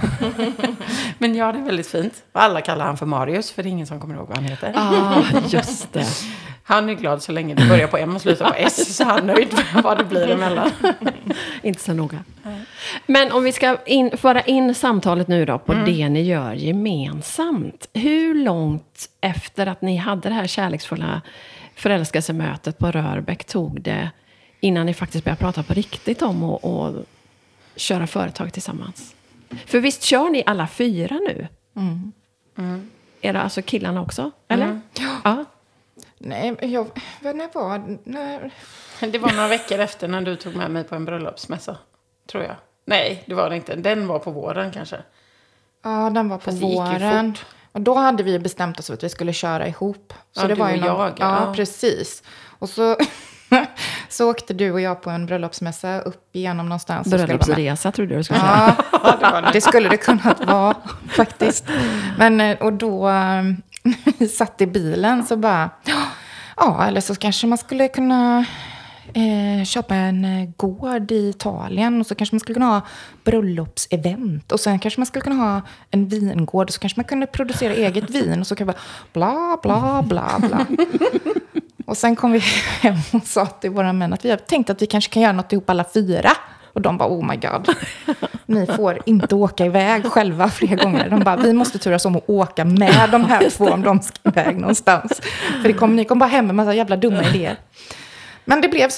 Men ja, det är väldigt fint. Och alla kallar han för Marius, för det är ingen som kommer ihåg vad han heter. Ah, just det. Han är glad så länge det börjar på M och slutar på S. Så han är nöjd med vad det blir emellan. Inte så noga. Nej. Men om vi ska in, föra in samtalet nu då på mm. det ni gör gemensamt. Hur långt efter att ni hade det här kärleksfulla förälskelsemötet på Rörbäck tog det innan ni faktiskt började prata på riktigt om och, och köra företag tillsammans? För visst kör ni alla fyra nu? Mm. Mm. Är det alltså killarna också? Eller? Mm. Ja. Nej, jag, när var när... Det var några veckor efter när du tog med mig på en bröllopsmässa, tror jag. Nej, det var det inte. Den var på våren kanske. Ja, den var på Fast våren. Och då hade vi bestämt oss för att vi skulle köra ihop. Så ja, det du var ju och någon... jag. Ja, ja, precis. Och så... så åkte du och jag på en bröllopsmässa upp igenom någonstans. Bröllopsresa trodde du skulle säga. Ja, det, var det. det skulle det kunnat vara faktiskt. Men, och då vi satt i bilen så bara... Ja, eller så kanske man skulle kunna eh, köpa en gård i Italien. Och så kanske man skulle kunna ha bröllopsevent. Och sen kanske man skulle kunna ha en vingård. Och så kanske man kunde producera eget vin. Och så kan det vara bla, bla, bla, bla. Och sen kom vi hem och sa till våra män att vi har tänkt att vi kanske kan göra något ihop alla fyra. Och de bara, oh my god. Ni får inte åka iväg själva flera gånger. De bara, vi måste turas om att åka med de här två om de ska iväg någonstans. För det kom, ni kom bara hem med en massa jävla dumma idéer. Men det blev så.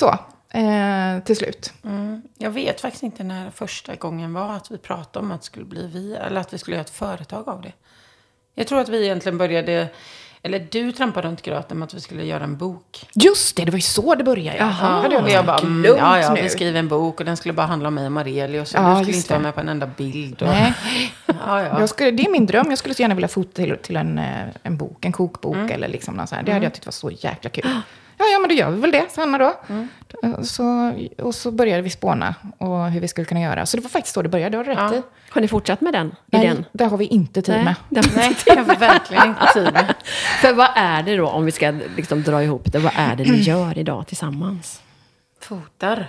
eh, till slut. Mm. Jag vet faktiskt inte när första gången var att vi pratade om att det skulle bli vi, eller att vi skulle göra ett företag av det. Jag tror att vi egentligen började, eller du trampade runt gröten med att vi skulle göra en bok. Just det, det var ju så det började. Jaha. Hade jag Och jag bara, mm, glömt ja, ja, nu. vi skriver en bok och den skulle bara handla om mig och Marelius. Och Ja, du skulle just inte vara det. med på en enda bild. Och, Nej. ja, ja. Jag skulle, det är min dröm. Jag skulle så gärna vilja fota till, till en, eh, en bok, en kokbok Mm. eller liksom något så här. Det hade jag tyckt var så jäkla kul. Ja, ja, men då gör vi väl det, sa Anna då. Mm. Så, och så började vi spåna och hur vi skulle kunna göra. Så det var faktiskt så det började, det har du rätt Ja. i. Har ni fortsatt med den Nej, idén? det har vi inte tid med. det har- Nej, det har vi verkligen inte tid med. För vad är det då, om vi ska liksom dra ihop det, vad är det ni gör idag tillsammans? Fotar.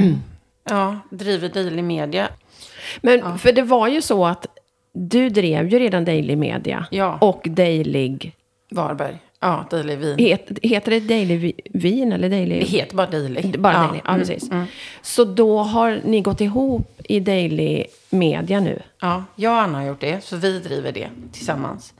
Ja, driver Daily Media. Men för det var ju så att du drev ju redan Daily Media Ja. och Daily... Varberg. Ja, Daily Vin. Het, heter det Daily Vi- Vin eller Daily... Det heter bara Daily. Bara ja. Daily, ja mm, precis. mm. Så då har ni gått ihop i Daily Media nu? Ja, jag och Anna har gjort det. Så vi driver det tillsammans.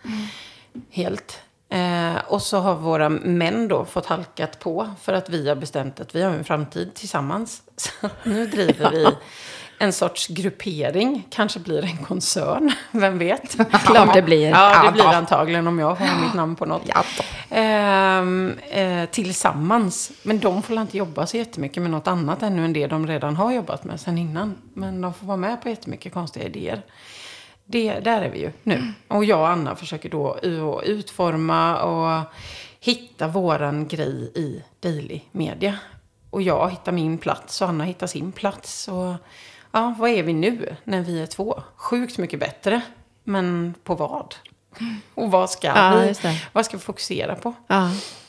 Helt. Eh, och så har våra män då fått halkat på. För att vi har bestämt att vi har en framtid tillsammans. Så nu driver vi en sorts gruppering. Kanske blir en koncern. Vem vet? Klart det blir. Ja, det Ja, blir då. antagligen om jag har mitt namn på något. Ja, då. Ehm, eh, tillsammans. Men de får inte jobba så jättemycket med något annat ännu än det de redan har jobbat med sen innan. Men de får vara med på jättemycket konstiga idéer. Det, där är vi ju nu. Och jag och Anna försöker då u- utforma och hitta våran grej i Daily Media. Och jag hittar min plats och Anna hittar sin plats. Och ja, vad är vi nu när vi är två? Sjukt mycket bättre. Men på vad? Och vad ska, Ja, vi, just det. vad ska vi fokusera på? Ja.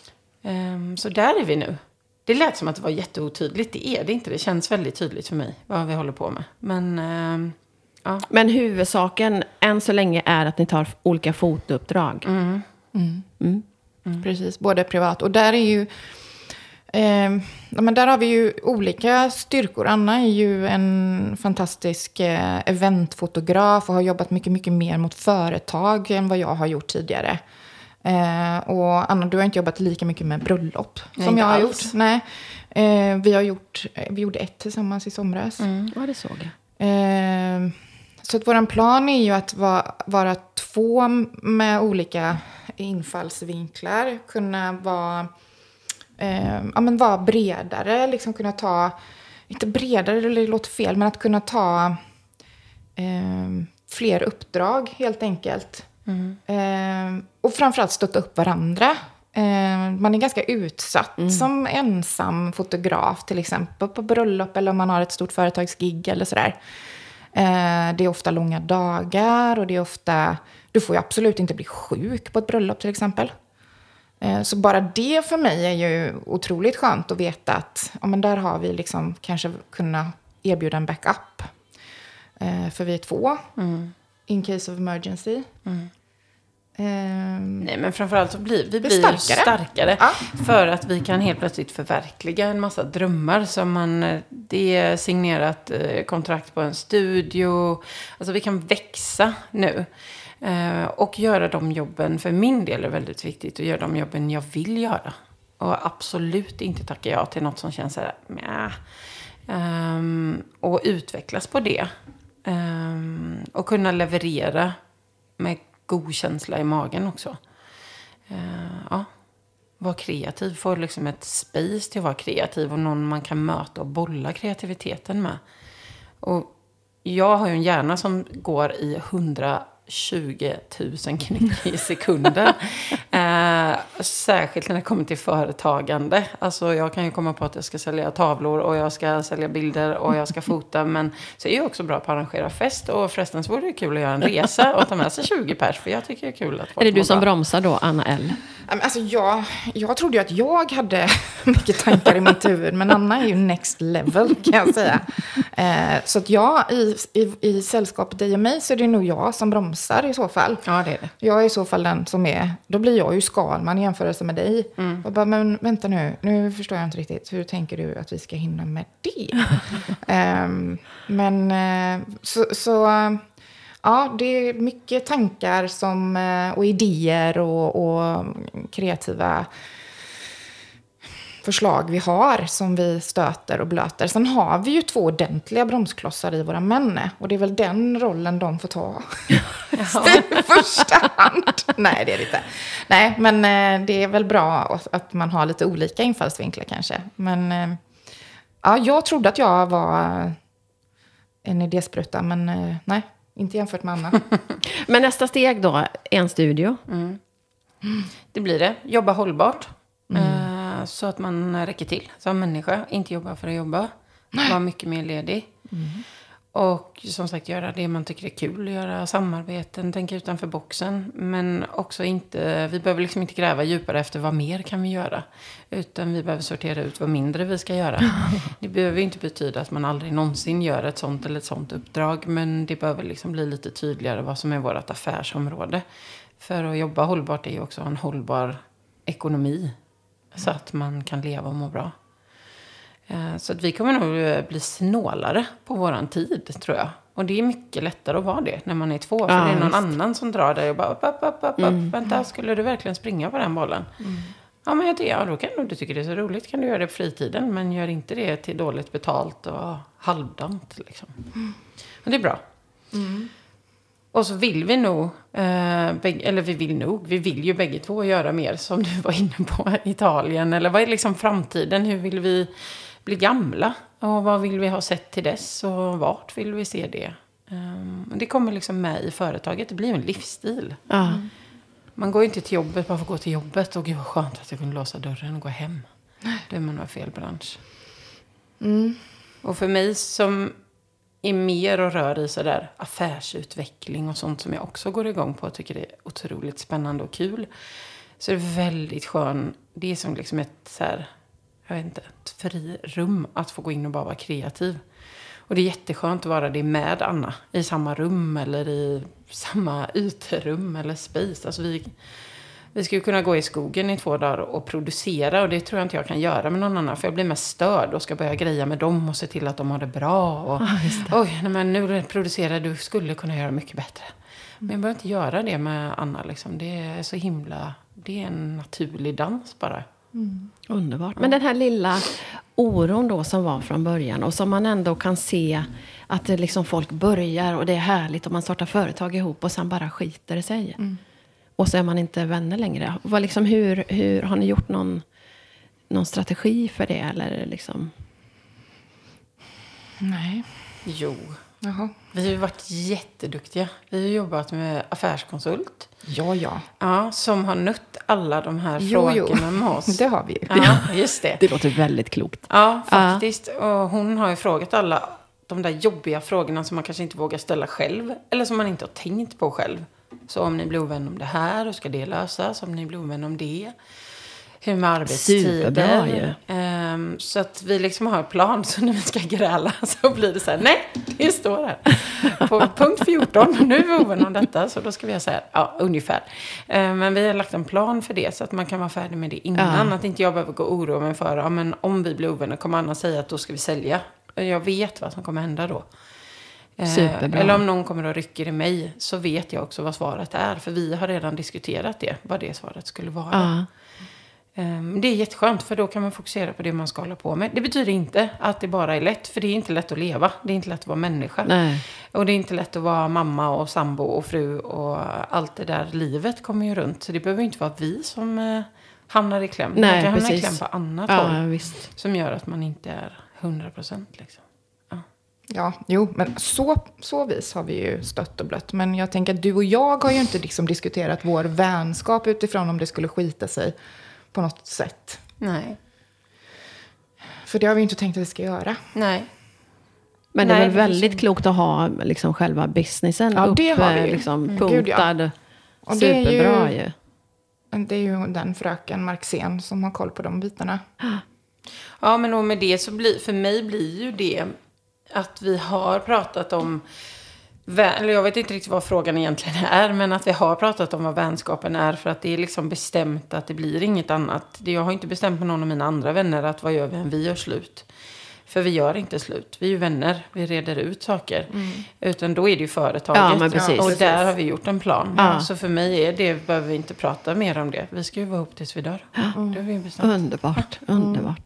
Ehm, så där är vi nu. Det lät som att det var jätteotydligt. Det är det inte. Det känns väldigt tydligt för mig vad vi håller på med. Men ehm, ja. Men huvudsaken än så länge är att ni tar olika fotouppdrag. Mm. Mm. Precis, både privat. Och där är ju... Eh, ja, men där har vi ju olika styrkor. Anna är ju en fantastisk eh, eventfotograf och har jobbat mycket, mycket mer mot företag än vad jag har gjort tidigare. Eh, och Anna, du har inte jobbat lika mycket med bröllop Nej, som inte jag har alls. gjort. Nej. Eh, vi har gjort, vi gjorde ett tillsammans i somras. Mm. Ja, det såg jag. Eh, så att våran plan är ju att vara, vara två med olika infallsvinklar. Kunna vara, eh, ja, men vara bredare. Liksom kunna ta, inte bredare, det låter fel, men att kunna ta eh, fler uppdrag helt enkelt. Mm. Eh, och framförallt stötta upp varandra. Eh, man är ganska utsatt Mm. som ensam fotograf till exempel på bröllop eller om man har ett stort företagsgig eller sådär. Eh, det är ofta långa dagar och det är ofta, du får ju absolut inte bli sjuk på ett bröllop till exempel. Eh, så bara det för mig är ju otroligt skönt att veta att ja, men där har vi liksom kanske kunna erbjuda en backup. Eh, för vi är två. Mm. In case of emergency. Mm. Ehm, Nej, men framförallt så blir vi är blir starkare. starkare. Ja. För att vi kan helt plötsligt förverkliga en massa drömmar. Som man, det är signerat eh, kontrakt på en studio. Alltså vi kan växa nu. Eh, och göra de jobben, för min del är det väldigt viktigt. Att göra de jobben jag vill göra. Och absolut inte tacka ja till något som känns så här, mjä. Ehm, och utvecklas på det. Ehm, och kunna leverera med god känsla i magen också. Uh, ja. Vara kreativ. Få liksom ett space till att vara kreativ. Och någon man kan möta och bolla kreativiteten med. Och jag har ju en hjärna som går i hundratjugo tusen knyck i sekunder. uh, särskilt när det kommer till företagande. Alltså jag kan ju komma på att jag ska sälja tavlor. Och jag ska sälja bilder. Och jag ska fota. Men så är jag också bra på att arrangera fest. Och förresten så vore det kul att göra en resa. Och ta med sig tjugo pers. För jag tycker det är kul att folk Är det du mår som bra. bromsar då, Anna L? Ja, men Alltså jag, jag trodde ju att jag hade mycket tankar i mitt huvud. Men Anna är ju next level kan jag säga. Eh, så att jag i, i, i sällskapet dig och mig så är det nog jag som bromsar i så fall. Ja, det är det. Jag är i så fall den som är, då blir jag ju Skalman i jämförelse med dig. Mm. Och bara, men vänta nu, nu förstår jag inte riktigt. Hur tänker du att vi ska hinna med det? um, men uh, så, så uh, ja, det är mycket tankar som, uh, och idéer och, och kreativa förslag vi har som vi stöter och blöter. Sen har vi ju två ordentliga bromsklossar i våra män. Och det är väl den rollen de får ta. I första hand. Nej, det är det inte. Nej, men eh, det är väl bra att man har lite olika infallsvinklar kanske. Men eh, ja, jag trodde att jag var en idéspruta, men eh, nej, inte jämfört med Anna. Men nästa steg då, en studio. Mm. Det blir det. Jobba hållbart. Mm. Eh, så att man räcker till som människa. Inte jobba för att jobba. Vara mycket mer ledig. Mm. Och som sagt göra det man tycker är kul. Göra samarbeten, tänka utanför boxen. Men också inte, vi behöver liksom inte gräva djupare efter vad mer kan vi göra. Utan vi behöver sortera ut vad mindre vi ska göra. Det behöver inte betyda att man aldrig någonsin gör ett sånt eller ett sånt uppdrag. Men det behöver liksom bli lite tydligare vad som är vårt affärsområde. För att jobba hållbart är ju också en hållbar ekonomi. Så att man kan leva och må bra. Så att vi kommer nog bli snålare på våran tid, tror jag. Och det är mycket lättare att vara det när man är två. För ja, det är någon just. annan som drar dig och bara, upp, upp, upp, upp, mm. vänta, skulle du verkligen springa på den bollen? Mm. Ja, men jag, ja, då kan du, du tycker det är så roligt, kan du göra det på fritiden. Men gör inte det till dåligt betalt och halvdant, liksom. Mm. Och det är bra. Mm. Och så vill vi nog, eh, bägge, eller vi vill nog, vi vill ju bägge två göra mer som du var inne på, Italien. Eller vad är liksom framtiden? Hur vill vi bli gamla? Och vad vill vi ha sett till dess? Och vart vill vi se det? Um, det kommer liksom med i företaget. Det blir ju en livsstil. Mm. Man går inte till jobbet bara för att gå till jobbet. Och gud vad skönt att jag kunde låsa dörren och gå hem. Det är man var fel bransch. Mm. Och för mig som är mer och rör i sådär affärsutveckling och sånt som jag också går igång på och tycker det är otroligt spännande och kul. Så det är väldigt skön. Det är som liksom ett så här, jag vet inte, ett fri rum att få gå in och bara vara kreativ. Och det är jätteskönt att vara det med Anna i samma rum eller i samma uterum eller space. Alltså vi, vi ska ju kunna gå i skogen i två dagar och producera, och det tror jag inte jag kan göra med någon annan, för jag blir mest störd och ska börja greja med dem och se till att de har det bra. Och, ah, oj, nej, men nu producerar du, skulle kunna göra mycket bättre. Men jag behöver inte göra det med Anna. Liksom. Det är så himla, det är en naturlig dans bara. Mm. Underbart. Men den här lilla oron då som var från början och som man ändå kan se att det liksom folk börjar och det är härligt och man startar företag ihop och sen bara skiter det sig. Mm. Och så är man inte vänner längre. Vad liksom, hur, hur, har ni gjort någon, någon strategi för det? Eller liksom? Nej. Jo. Jaha. Vi har ju varit jätteduktiga. Vi har jobbat med affärskonsult. Ja, ja. Ja, som har nött alla de här jo, frågorna jo. med oss. Det har vi ju. Ja, just det. Det låter väldigt klokt. Ja, faktiskt. Ja. Och hon har ju frågat alla de där jobbiga frågorna som man kanske inte vågar ställa själv. Eller som man inte har tänkt på själv. Så om ni blir ovän om det här, hur ska det lösas? Om ni blir ovän om det. Hur med arbetstider. Superbra ju. Um, så att vi liksom har en plan. Så när vi ska gräla så blir det så här. Nej, det står här. På punkt fjorton. Nu är vi ovän om detta. Så då ska vi ha så här. Ja, ungefär. Um, men vi har lagt en plan för det. Så att man kan vara färdig med det innan. Ja. Att inte jag behöver gå och oroa mig för. Ja, men om vi blir ovänner kommer Anna säga att då ska vi sälja. Jag vet vad som kommer hända då. Superbra. Eller om någon kommer och rycker i mig så vet jag också vad svaret är. För vi har redan diskuterat det. Vad det svaret skulle vara. Ja. Um, det är jätteskönt för då kan man fokusera på det man ska hålla på med. Det betyder inte att det bara är lätt. För det är inte lätt att leva. Det är inte lätt att vara människa. Nej. Och det är inte lätt att vara mamma och sambo och fru. Och allt det där livet kommer ju runt. Så det behöver inte vara vi som uh, hamnar i kläm. Nej, man kan precis. hamna i kläm på annat ja, håll. Visst. Som gör att man inte är hundra procent liksom. Ja, jo, men så, så vis har vi ju stött och blött. Men jag tänker att du och jag har ju inte liksom diskuterat vår vänskap utifrån om det skulle skita sig på något sätt. Nej. För det har vi ju inte tänkt att vi ska göra. Nej. Men det är Nej, väl väldigt som... klokt att ha liksom själva businessen ja, upp, det har vi ju. Liksom, mm, punktad. Gud, ja. Och det är Superbra ju, ju. Det är ju den fröken Marxén som har koll på de bitarna. Ja, men och med det så blir, för mig blir ju det att vi har pratat om, eller jag vet inte riktigt vad frågan egentligen är, men att vi har pratat om vad vänskapen är, för att det är liksom bestämt att det blir inget annat. Jag har inte bestämt med någon av mina andra vänner att vad gör vi än vi gör slut. För vi gör inte slut. Vi är ju vänner. Vi reder ut saker. Mm. Utan då är det ju företaget. Ja, men precis. Och där har vi gjort en plan. Ja. Så för mig är det, behöver vi inte prata mer om det. Vi ska ju vara ihop tills vi dör. Mm. Det har vi bestämt. Underbart, underbart.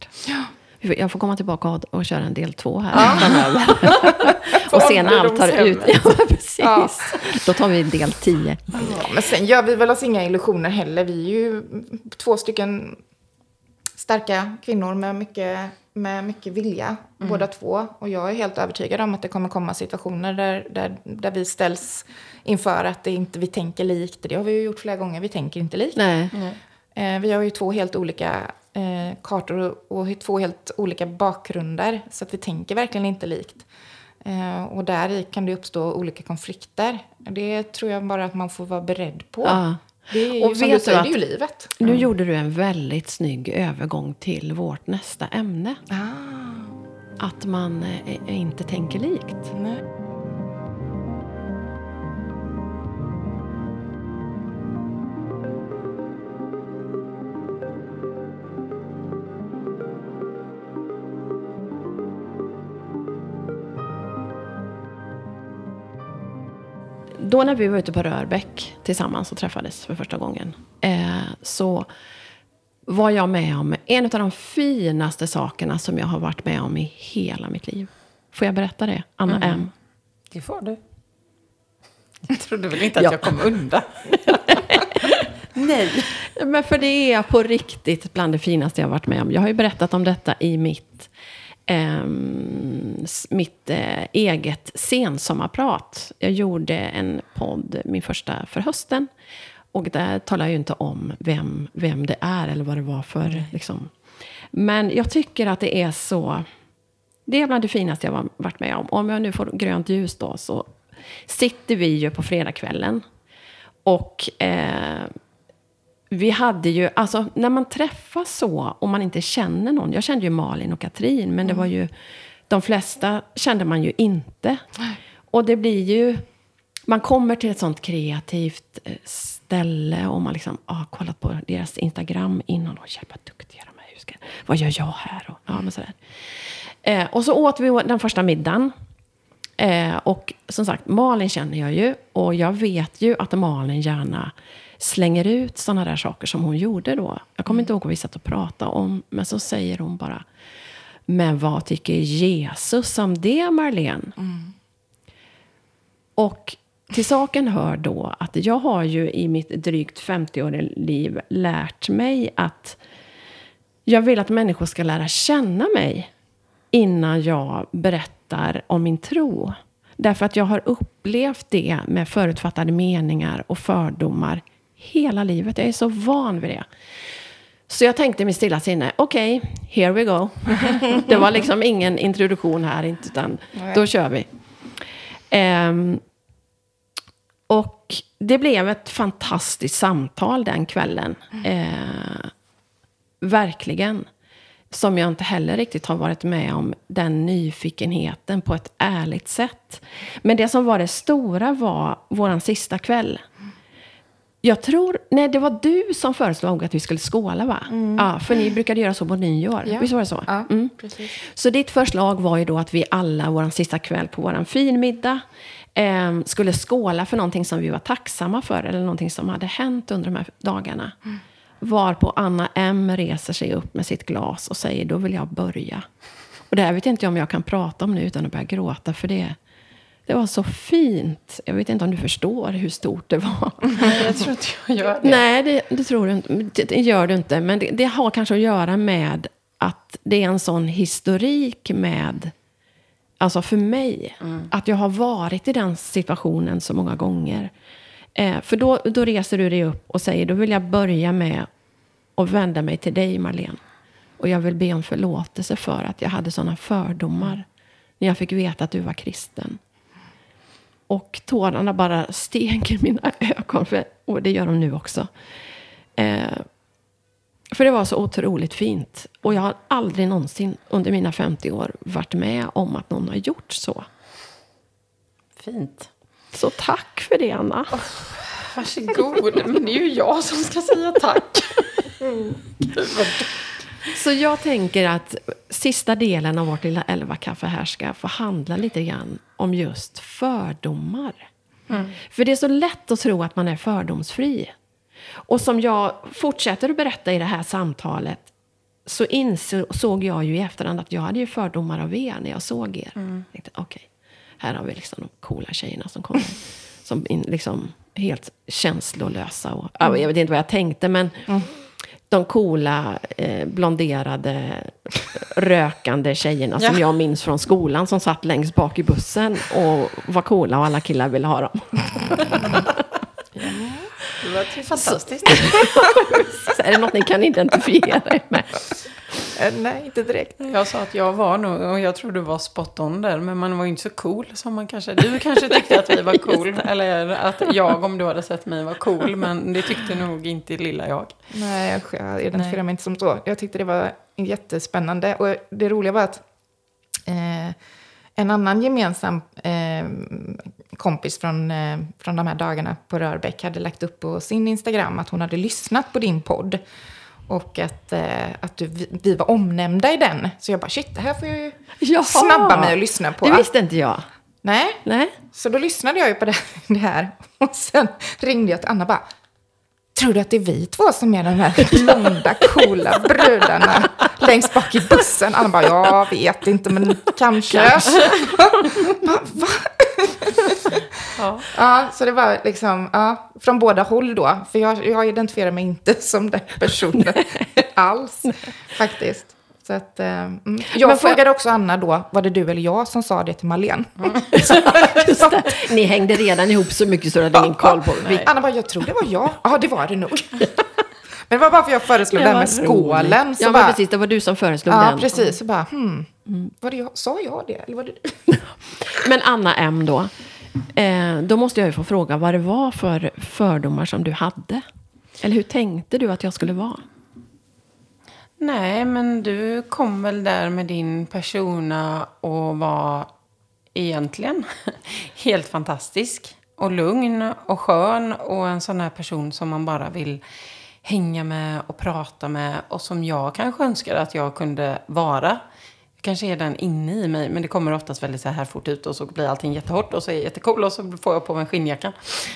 Jag får komma tillbaka och, och köra en del två här ja. framöver. Och sen när allt tar ut. Ja, precis. Ja. Då tar vi del tio. Ja, men sen gör vi väl oss inga illusioner heller. Vi är ju två stycken starka kvinnor med mycket, med mycket vilja. Mm. Båda två. Och jag är helt övertygad om att det kommer komma situationer där, där, där vi ställs inför att det inte vi tänker likt. Det har vi ju gjort flera gånger. Vi tänker inte likt. Nej. Mm. Eh, vi har ju två helt olika eh, kartor och, och två helt olika bakgrunder. Så att vi tänker verkligen inte likt. Eh, och där kan det uppstå olika konflikter. Det tror jag bara att man får vara beredd på. Ja. Det är ju, och som vet du säger, du det är ju livet. Nu mm. gjorde du en väldigt snygg övergång till vårt nästa ämne. Ah. Att man eh, inte tänker likt. Nej. Då när vi var ute på Rörbäck tillsammans och träffades för första gången eh, så var jag med om en av de finaste sakerna som jag har varit med om i hela mitt liv. Får jag berätta det, Anna mm. M? Det får du. Jag trodde väl inte att ja. jag kom undan. Nej. Men för det är på riktigt bland det finaste jag har varit med om. Jag har ju berättat om detta i mitt Um, mitt uh, eget sensommarprat. Jag gjorde en podd, min första för hösten. Och där talar jag ju inte om vem, vem det är eller vad det var för. Mm. Liksom. Men jag tycker att det är så... Det är bland det finaste jag har varit med om. Om jag nu får grönt ljus då så sitter vi ju på fredagskvällen. Och... Uh, Vi hade ju, alltså när man träffas så och man inte känner någon. Jag kände ju Malin och Katrin, men det var ju, de flesta kände man ju inte. Och det blir ju, man kommer till ett sånt kreativt ställe och man liksom har ah, kollat på deras Instagram innan och hjälpa duktiga de här husken. Vad gör jag här? Och, ja, men sådär. Eh, och så åt vi den första middagen. Eh, och som sagt, Malin känner jag ju. Och jag vet ju att Malin gärna slänger ut sådana där saker som hon gjorde då. Jag kommer mm. inte ihåg vad vi satt och pratade om. Men så säger hon bara, men vad tycker Jesus om det, Marlene? Mm. Och till saken hör då att jag har ju i mitt drygt femtio-åriga liv lärt mig att jag vill att människor ska lära känna mig innan jag berättar om min tro. Därför att jag har upplevt det med förutfattade meningar och fördomar hela livet. Jag är så van vid det. Så jag tänkte med stilla sinne, okej, okay, here we go. Det var liksom ingen introduktion här, inte, utan då kör vi. Um, och det blev ett fantastiskt samtal den kvällen. Uh, verkligen. Som jag inte heller riktigt har varit med om, den nyfikenheten på ett ärligt sätt. Men det som var det stora var våran sista kväll. Jag tror, nej det var du som föreslog att vi skulle skåla, va? Mm. Ja, för ni brukade göra så på nyår. Ja. Visst var det så? Ja, mm. precis. Så ditt förslag var ju då att vi alla våran sista kväll på våran finmiddag eh, skulle skåla för någonting som vi var tacksamma för. Eller någonting som hade hänt under de här dagarna. Mm. Varpå Anna M reser sig upp med sitt glas och säger, då vill jag börja. Och det här vet inte om jag kan prata om nu utan att börja gråta, för det, det var så fint. Jag vet inte om du förstår hur stort det var. Nej, jag tror inte jag gör det. Nej, det, det tror du inte. Det, det gör du inte. Men det, det har kanske att göra med att det är en sån historik med, alltså för mig, mm. att jag har varit i den situationen så många gånger. Eh, för då, då reser du dig upp och säger, då vill jag börja med att vända mig till dig, Marlene. Och jag vill be om förlåtelse för att jag hade sådana fördomar när jag fick veta att du var kristen. Och tårarna bara steg i mina ögon, för, och det gör de nu också. Eh, för det var så otroligt fint. Och jag har aldrig någonsin under mina femtio år varit med om att någon har gjort så. Fint. Så tack för det, Anna. Oh, varsågod. Men det är ju jag som ska säga tack. Mm. Så jag tänker att sista delen av vårt lilla elva-kaffe här ska få handla lite grann om just fördomar. Mm. För det är så lätt att tro att man är fördomsfri. Och som jag fortsätter att berätta i det här samtalet, så insåg jag ju i efterhand att jag hade ju fördomar av er när jag såg er. Mm. Jag tänkte, okej, okay, här har vi liksom de coola tjejerna som kommer. Som in, liksom helt känslolösa. Och, mm. Jag vet inte vad jag tänkte, men mm. de coola, eh, blonderade, rökande tjejerna ja. som jag minns från skolan, som satt längst bak i bussen och var coola och alla killar ville ha dem. Ja. Det var ju fantastiskt. Så är det något ni kan identifiera er med? Nej, inte direkt. Jag sa att jag var nog, och jag tror du var spot on där, men man var ju inte så cool som man kanske, du kanske tyckte att vi var cool, eller att jag, om du hade sett mig, var cool, men det tyckte nog inte lilla jag. Nej, jag identifierar mig inte som så. Jag tyckte det var jättespännande, och det roliga var att eh, en annan gemensam eh, kompis från, eh, från de här dagarna på Rörbäck hade lagt upp på sin Instagram att hon hade lyssnat på din podd. Och att, eh, att du, vi, vi var omnämnda i den. Så jag bara, shit, det här får jag ju Jaha. snabba mig och lyssna på. Det visste inte jag. Nej. Nej. Så då lyssnade jag ju på det, det här. Och sen ringde jag till Anna och bara, tror du att det är vi två som är de här blonda, coola brudarna längst bak i bussen? Anna bara, jag vet inte, men kanske. kanske. Va? Va? Ja. Ja, så det var liksom, ja, från båda håll då. För jag, jag identifierar mig inte som den personen alls, faktiskt. Så att, mm. Jag frågade jag... också Anna då, var det du eller jag som sa det till Marlene? Mm. Just det. Ni hängde redan ihop så mycket så det hade ingen koll på. Vi... Anna bara, jag tror det var jag. Ja, det var det nog. Men det var bara för jag föreslog det här med skålen. Så ja, bara, men precis, det var du som föreslog ja, den. Ja, precis. Så bara, hmm, mm. var det jag? Sa jag det? Eller var det du? Men Anna M då, eh, då måste jag ju få fråga vad det var för fördomar som du hade. Eller hur tänkte du att jag skulle vara? Nej, men du kom väl där med din persona och var egentligen helt fantastisk och lugn och skön och en sån här person som man bara vill hänga med och prata med och som jag kanske önskar att jag kunde vara. Kanske är den inne i mig, men det kommer oftast väldigt så här fort ut och så blir allting jättehårt och så är det jättecool och så får jag på mig en skinnjacka.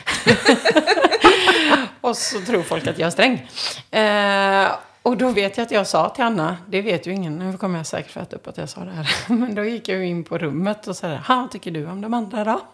Och så tror folk att jag är sträng. Eh, och då vet jag att jag sa till Anna, det vet ju ingen, nu kommer jag säkert fatta upp att jag sa det här. Men då gick jag in på rummet och sa, ha, vad tycker du om de andra då?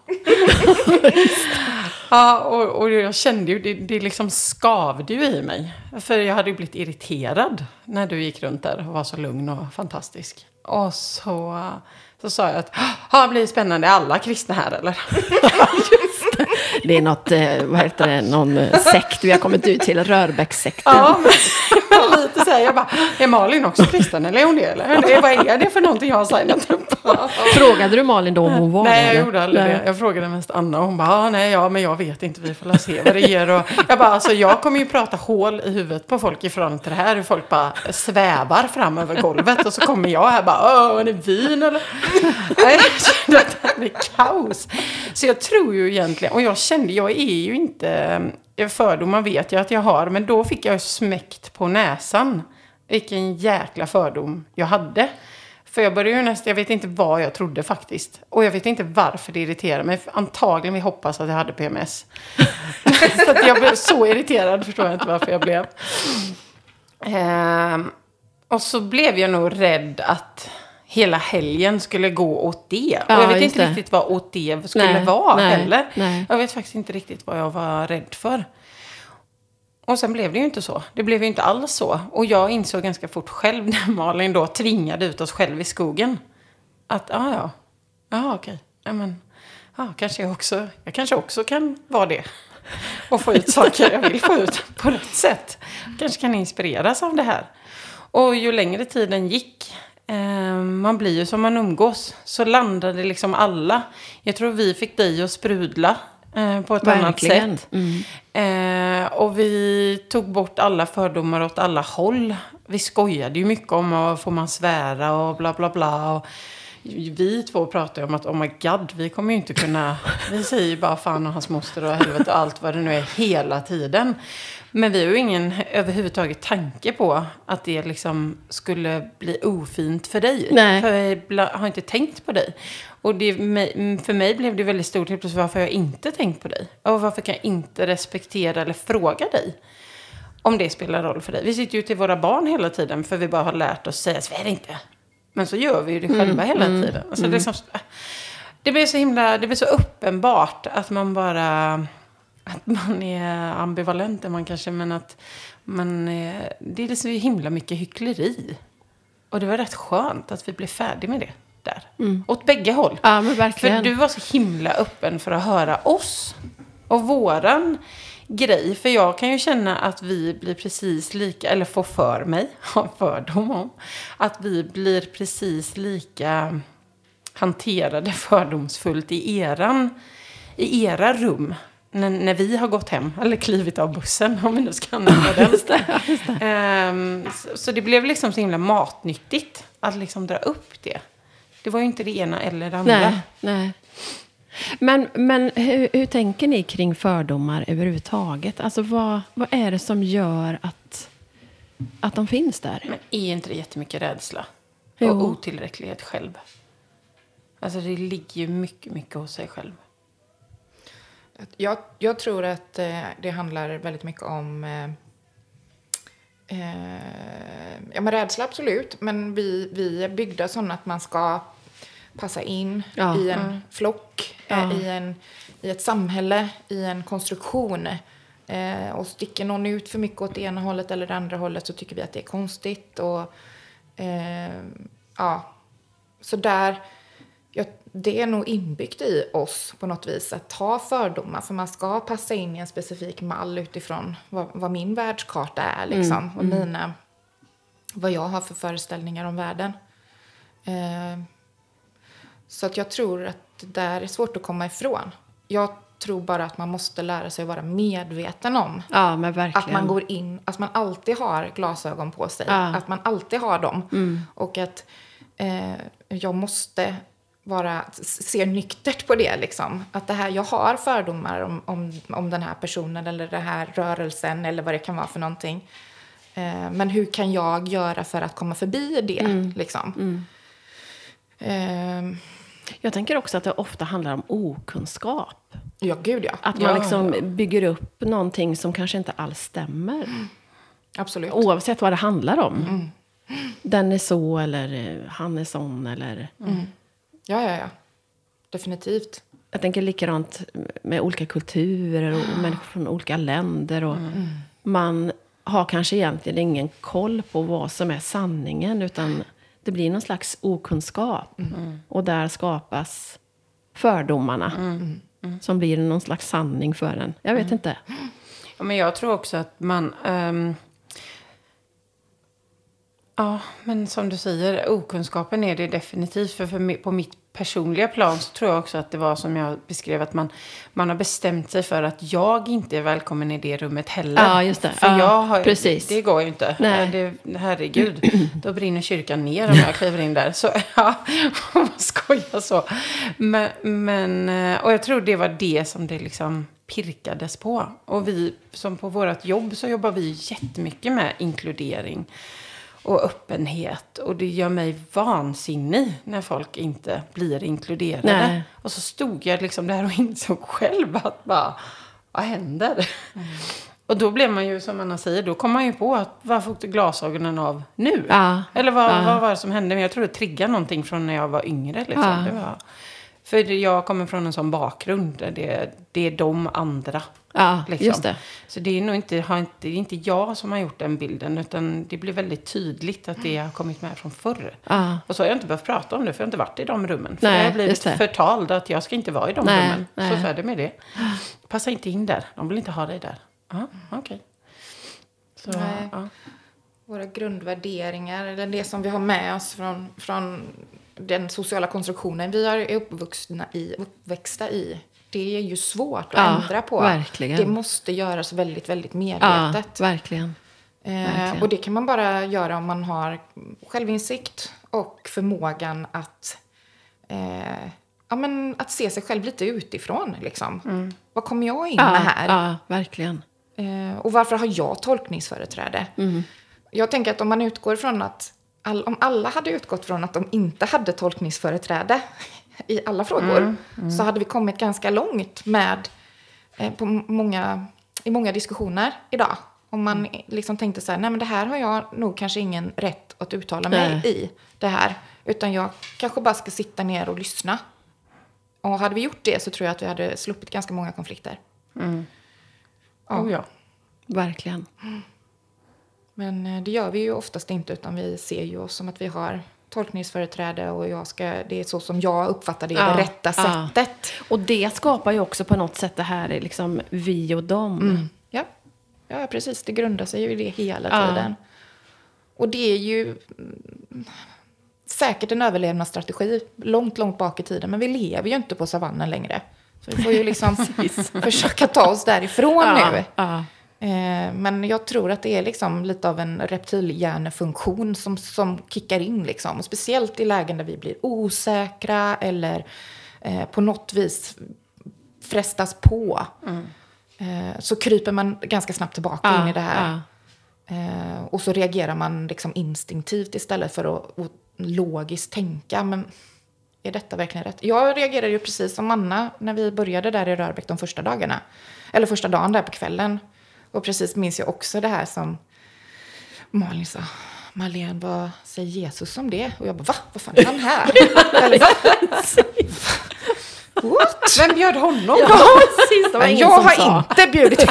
Ja, och, och jag kände ju, det, det liksom skavde ju i mig. För jag hade ju blivit irriterad när du gick runt där och var så lugn och fantastisk. Och så, så sa jag att, ha, blir det spännande, alla kristna här eller? Just det. Det är något, vad heter det, någon sekt vi har kommit ut till, Rörbäckssekten. Ja, men lite så här, jag bara, är Malin också kristen eller är hon det eller? Vad är det för någonting jag har signat upp på? Frågade du Malin då om hon var nej, det? Nej, jag gjorde aldrig det. Jag frågade mest Anna och hon bara, ah, nej, ja, men jag vet inte, vi får se vad det ger. Och jag bara, alltså jag kommer ju prata hål i huvudet på folk ifrån till det här. Hur folk bara svävar fram över golvet och så kommer jag här bara, åh, är det vin eller? Nej, det blir kaos. Så jag tror ju egentligen, och jag kände, jag är ju inte, fördomar vet jag att jag har, men då fick jag ju smäckt på näsan. Vilken jäkla fördom jag hade. För jag började ju nästan, jag vet inte vad jag trodde faktiskt. Och jag vet inte varför det irriterar mig. Antagligen vi hoppas att jag hade P M S. Så att jag blev så irriterad, förstår jag inte varför jag blev. Ehm, och så blev jag nog rädd att hela helgen skulle gå åt det. Ja, och jag vet inte det. riktigt vad åt det skulle nej, vara nej, heller. Nej. Jag vet faktiskt inte riktigt vad jag var rädd för. Och sen blev det ju inte så. Det blev ju inte alls så. Och jag insåg ganska fort själv när Malin då tvingade ut oss själv i skogen. Att, ah, ja, ja, okej. Ja, men, ja, kanske jag också, jag kanske också kan vara det. Och få ut saker jag vill få ut på rätt sätt. Kanske kan inspireras av det här. Och ju längre tiden gick, eh, man blir ju som man umgås, så landade liksom alla. Jag tror vi fick dig att sprudla. Eh, på ett Verkligen. annat sätt. Mm. Eh, och vi tog bort alla fördomar åt alla håll. Vi skojade ju mycket om att får man svära och bla bla bla. Och vi två pratade om att oh my god, vi kommer ju inte kunna. Vi säger ju bara fan och hans moster och helvete och allt vad det nu är hela tiden. Men vi har ju ingen överhuvudtaget tanke på att det liksom skulle bli ofint för dig. Nej. För jag har inte tänkt på dig. Och det, för mig blev det väldigt stort helt plötsligt varför jag inte tänkt på dig. Och varför kan jag inte respektera eller fråga dig? Om det spelar roll för dig. Vi sitter ju till våra barn hela tiden för vi bara har lärt oss säga så är det inte. Men så gör vi ju det själva mm, hela mm, tiden. Alltså mm. det, är som, det blir så himla, det blir så uppenbart att man bara, att man är ambivalent är man kanske, men att man är, det är så himla mycket hyckleri. Och det var rätt skönt att vi blev färdiga med det där. Mm. Åt bägge håll. Ja, men verkligen. För du var så himla öppen för att höra oss och våran grej. För jag kan ju känna att vi blir precis lika, eller får för mig, har fördom om, att vi blir precis lika hanterade fördomsfullt i eran, i era rum. När, när vi har gått hem, eller klivit av bussen, om vi nu ska använda den. Just det, just det. Um, så, så det blev liksom så himla matnyttigt att liksom dra upp det. Det var ju inte det ena eller det andra. Nej, nej. Men, men hur, hur tänker ni kring fördomar överhuvudtaget? Alltså vad, vad är det som gör att, att de finns där? Men är inte det jättemycket rädsla? Jo. Och otillräcklighet själv? Alltså det ligger ju mycket, mycket hos sig själv. Jag, jag tror att eh, det handlar väldigt mycket om eh, eh, ja, men rädsla absolut. Men vi, vi är byggda så att man ska passa in ja. i en mm. flock, ja. eh, i, en, i ett samhälle, i en konstruktion. Eh, och sticker någon ut för mycket åt det ena hållet eller det andra hållet så tycker vi att det är konstigt. Och, eh, ja, så där... Ja, det är nog inbyggt i oss på något vis att ha fördomar. För man ska passa in i en specifik mall utifrån vad, vad min världskarta är. Liksom, mm, och mm. mina, vad jag har för föreställningar om världen. Eh, så att jag tror att det där är svårt att komma ifrån. Jag tror bara att man måste lära sig att vara medveten om. Ja, men verkligen. Att man går in, att man alltid har glasögon på sig. Ja. Att man alltid har dem. Mm. Och att eh, jag måste... Vara, ser nyktert på det liksom. Att det här, jag har fördomar om, om, om den här personen eller den här rörelsen eller vad det kan vara för någonting. Eh, men hur kan jag göra för att komma förbi det mm. liksom? Mm. Eh, jag tänker också att det ofta handlar om okunskap. Ja, gud ja. Att man ja, liksom ja. bygger upp någonting som kanske inte alls stämmer. Mm. Absolut. Oavsett vad det handlar om. Mm. Den är så eller han är sån eller... Mm. Ja, ja, ja. Definitivt. Jag tänker likadant med olika kulturer och människor från olika länder. Och mm. Man har kanske egentligen ingen koll på vad som är sanningen. Utan det blir någon slags okunskap. Mm. Och där skapas fördomarna. Mm. Mm. Som blir någon slags sanning för en. Jag vet mm. inte. Ja, men jag tror också att man... Um... Ja, men som du säger, okunskapen är det definitivt. För, för på mitt personliga plan så tror jag också att det var som jag beskrev. Att man, man har bestämt sig för att jag inte är välkommen i det rummet heller. Ja, just det. För ja, jag har, precis. Det går ju inte. Det, herregud, då brinner kyrkan ner om jag kliver in där. Så ja, man skojar så. Men, men, och jag tror det var det som det liksom pirkades på. Och vi, som på vårt jobb så jobbar vi jättemycket med inkludering. Och öppenhet. Och det gör mig vansinnig när folk inte blir inkluderade. Nej. Och så stod jag liksom där och insåg själv att bara, vad händer? Mm. Och då blev man ju, som Anna säger, då kom man ju på att varför åkte glasögonen av nu? Ja. Eller vad, ja. vad var det som hände? Men jag tror det triggade någonting från när jag var yngre. Liksom. Ja. Det var, för jag kommer från en sån bakgrund där det, det är de andra. Ja, liksom. Just det. Så det är nog inte, har inte, det är inte jag som har gjort den bilden. Utan det blir väldigt tydligt att det har kommit med från förr. Ja. Och så har jag inte behövt prata om det, för jag har inte varit i de rummen. För nej, jag har blivit förtald att jag ska inte vara i de nej, rummen. Nej. Så färdig med det. Passa inte in där. De vill inte ha dig där. Ja, okej. Okay. Ja. Våra grundvärderingar, eller det som vi har med oss från, från den sociala konstruktionen vi är uppvuxna i, uppväxta i. Det är ju svårt att ja, ändra på. Verkligen. Det måste göras väldigt, väldigt medvetet. Ja, verkligen. Eh, verkligen. Och det kan man bara göra om man har självinsikt och förmågan att, eh, ja, men att se sig själv lite utifrån. Liksom. Mm. Vad kommer jag in ja, med här? Ja, verkligen. Eh, och varför har jag tolkningsföreträde? Mm. Jag tänker att om man utgår från att all, om alla hade utgått från att de inte hade tolkningsföreträde i alla frågor, mm, mm. så hade vi kommit ganska långt med eh, på många, i många diskussioner idag. Om man mm. liksom tänkte så här, nej men det här har jag nog kanske ingen rätt att uttala mig nej. i det här. Utan jag kanske bara ska sitta ner och lyssna. Och hade vi gjort det så tror jag att vi hade sluppit ganska många konflikter. Mm. Ja. Oh ja, verkligen. Mm. Men det gör vi ju oftast inte, utan vi ser ju oss som att vi har tolkningsföreträde och jag ska, det är så som jag uppfattar det, ja, det rätta ja. sättet. Och det skapar ju också på något sätt det här liksom vi och dem. Mm. Ja. ja, precis. Det grundar sig ju i det hela tiden. Ja. Och det är ju säkert en överlevnadsstrategi långt, långt bak i tiden. Men vi lever ju inte på savannen längre. Så vi får ju liksom försöka ta oss därifrån ja. nu. Ja. Men jag tror att det är liksom lite av en reptilhjärnefunktion som, som kickar in. Liksom. Och speciellt i lägen där vi blir osäkra eller eh, på något vis frestas på. Mm. Eh, så kryper man ganska snabbt tillbaka ja, in i det här. Ja. Eh, och så reagerar man liksom instinktivt istället för att, att logiskt tänka. Men är detta verkligen rätt? Jag reagerade ju precis som Anna när vi började där i Rörbäck de första dagarna. Eller första dagen där på kvällen. Och precis minns jag också det här som Malin sa. Marlene, vad säger Jesus om det? Och jag bara, va? Vad fan är han här? Eller, what? Vem bjöd honom? Ja, precis, det var ingen jag har sa. inte bjudit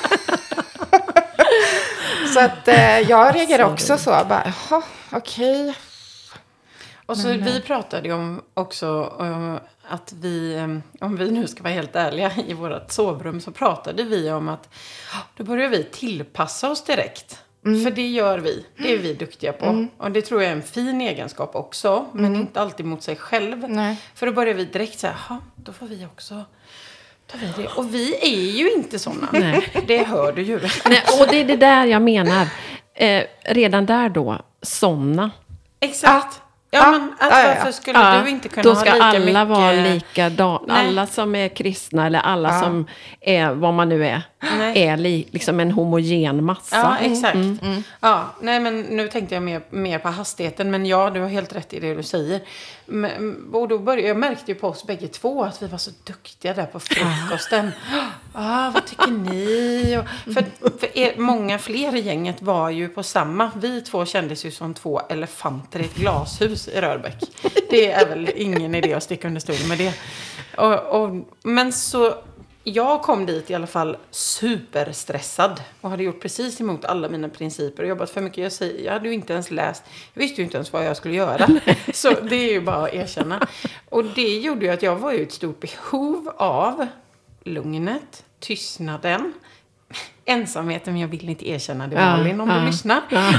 Så att eh, jag reagerade också så. Bara, jaha, okej. Okay. Och så Men, vi pratade ju om också om att vi, om vi nu ska vara helt ärliga, i vårt sovrum så pratade vi om att då börjar vi tillpassa oss direkt. Mm. För det gör vi, det är vi duktiga på. Mm. Och det tror jag är en fin egenskap också, men mm. inte alltid mot sig själv. Nej. För då börjar vi direkt säga, ja, då får vi också... Vi det. Och vi är ju inte såna. Nej. Det hör du ju. Nej, och det är det där jag menar. Eh, redan där då, såna. Exakt. Ja, men att ja, varför ja. skulle ja, du inte kunna ha lika mycket? Då ska alla vara likadana. Alla som är kristna eller alla ja. som är, vad man nu är, nej. är li, liksom en homogen massa. Ja, exakt. Mm. Mm. Ja, nej, men nu tänkte jag mer, mer på hastigheten. Men ja, du har helt rätt i det du säger. Men, och då började, jag märkte ju på oss bägge två att vi var så duktiga där på frukosten. Ah, vad tycker ni? Och, för för er, många fler i gänget var ju på samma. Vi två kändes ju som två elefanter i ett glashus i Rörbäck. Det är väl ingen idé att sticka under stol med det. Och, och, men så... Jag kom dit i alla fall superstressad och hade gjort precis emot alla mina principer och jobbat för mycket. Jag, säger, jag hade ju inte ens läst, jag visste ju inte ens vad jag skulle göra. Så det är ju bara att erkänna. Och det gjorde ju att jag var ju ett stort behov av lugnet, tystnaden, ensamheten, men jag vill inte erkänna det, Malin, ja, om ja, du lyssnar. Ja.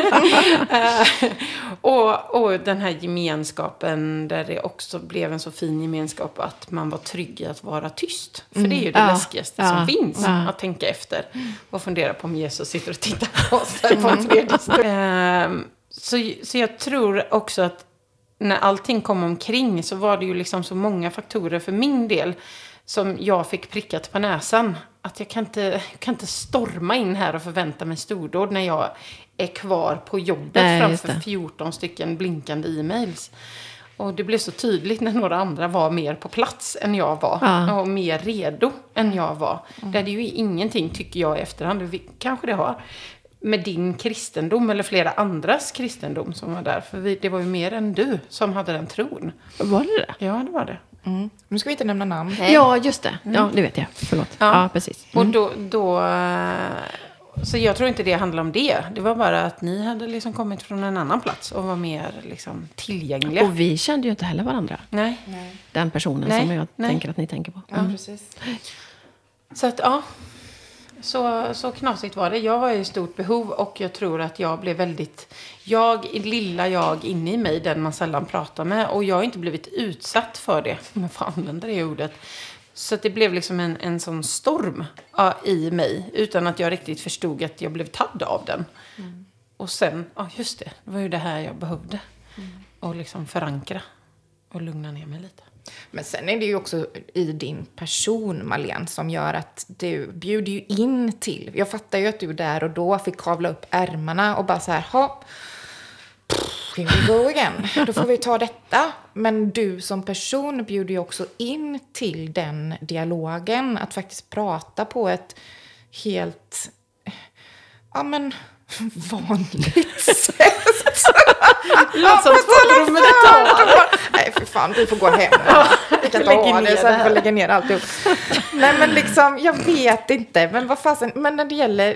och, och den här gemenskapen där det också blev en så fin gemenskap att man var trygg i att vara tyst. För mm. det är ju det ja, läskigaste ja, som finns, ja. att tänka efter och fundera på om Jesus sitter och tittar på oss där på en tredje stund. uh, så, så jag tror också att när allting kom omkring så var det ju liksom så många faktorer för min del som jag fick prickat på näsan. Att jag kan inte, jag kan inte storma in här och förvänta mig stordåd när jag är kvar på jobbet. Nej, framför fjorton stycken blinkande e-mails. Och det blev så tydligt när några andra var mer på plats än jag var. Ja. Och mer redo än jag var. Mm. Det är ju ingenting, tycker jag i efterhand. Kanske det har med din kristendom eller flera andras kristendom som var där. För vi, det var ju mer än du som hade den tron. Var det det? Ja, det var det. Mm. Nu ska vi inte nämna namn. Nej. Ja, just det. Ja, mm. det vet jag. Förlåt. Ja, ja precis. Mm. Och då, då... Så jag tror inte det handlar om det. Det var bara att ni hade liksom kommit från en annan plats och var mer liksom tillgängliga. Och vi kände ju inte heller varandra. Nej. Den personen Nej. som jag Nej. tänker att ni tänker på. Mm. Ja, precis. Så att, ja... Så, så knasigt var det. Jag var i stort behov och jag tror att jag blev väldigt... Jag, lilla jag inne i mig, den man sällan pratar med. Och jag har inte blivit utsatt för det, om jag får använda det ordet. Så att det blev liksom en, en sån storm ja, i mig. Utan att jag riktigt förstod att jag blev tadd av den. Mm. Och sen, ja just det, det var ju det här jag behövde. Mm. Och liksom förankra och lugna ner mig lite. Men sen är det ju också i din person, Marlene, som gör att du bjuder ju in till. Jag fattar ju att du där och då fick kavla upp ärmarna och bara så här, ha, here we go again. Då får vi ta detta. Men du som person bjuder ju också in till den dialogen. Att faktiskt prata på ett helt ja men, vanligt sätt. Låt som tvårummet Nej, för fan, vi får gå hem. Vi kan inte ha det, så vi får lägga ner alltihop. Nej, men liksom, jag vet inte. Men vad fasen, men när det gäller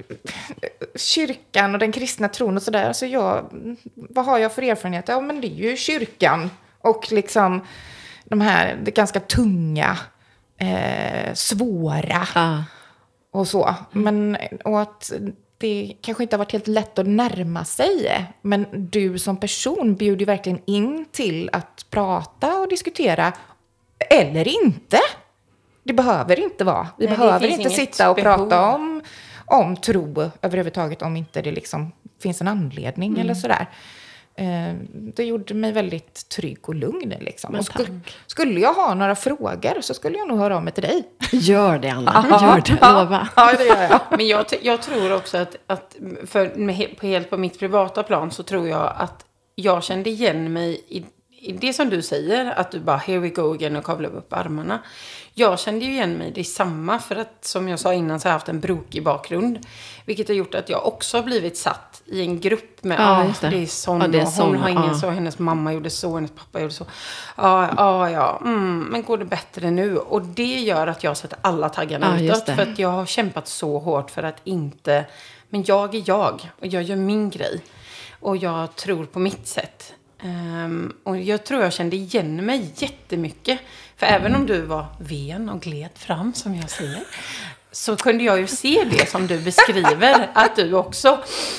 kyrkan och den kristna tron och sådär, så jag, vad har jag för erfarenhet? Ja, men det är ju kyrkan och liksom de här, det ganska tunga, eh, svåra Ah. och så. Men, och att det kanske inte har varit helt lätt att närma sig. Men du som person bjuder ju verkligen in till att prata och diskutera. Eller inte. Det behöver inte vara. Vi Nej, behöver finns inte inget sitta och behov. prata om, om tro överhuvudtaget. Om inte det liksom finns en anledning eller sådär. Eh, det gjorde mig väldigt trygg och lugn. Liksom. Men Och skulle, skulle jag ha några frågor så skulle jag nog höra av mig till dig. Gör det, Anna. Gör det, lova. Ja, det gör jag. Men jag, t- jag tror också att, att för med, he- på helt på mitt privata plan så tror jag att jag kände igen mig i, i det som du säger. Att du bara, here we go again, och kavlar upp armarna. Jag kände ju igen mig i det samma, för att som jag sa innan så har jag haft en brokig bakgrund. Vilket har gjort att jag också har blivit satt i en grupp med, Ja, ah, just det. det är sån, Ja, det är och hon sån, har ingen ja. så, hennes mamma gjorde så, hennes pappa gjorde så. Ja, ja, ja, mm, men går det bättre nu? Och det gör att jag sätter alla taggarna Ja, just utåt. det. För att jag har kämpat så hårt för att inte, men jag är jag och jag gör min grej. Och jag tror på mitt sätt. Um, och jag tror jag kände igen mig jättemycket. För även om du var ven och gled fram, som jag säger, så kunde jag ju se det som du beskriver. Att du också,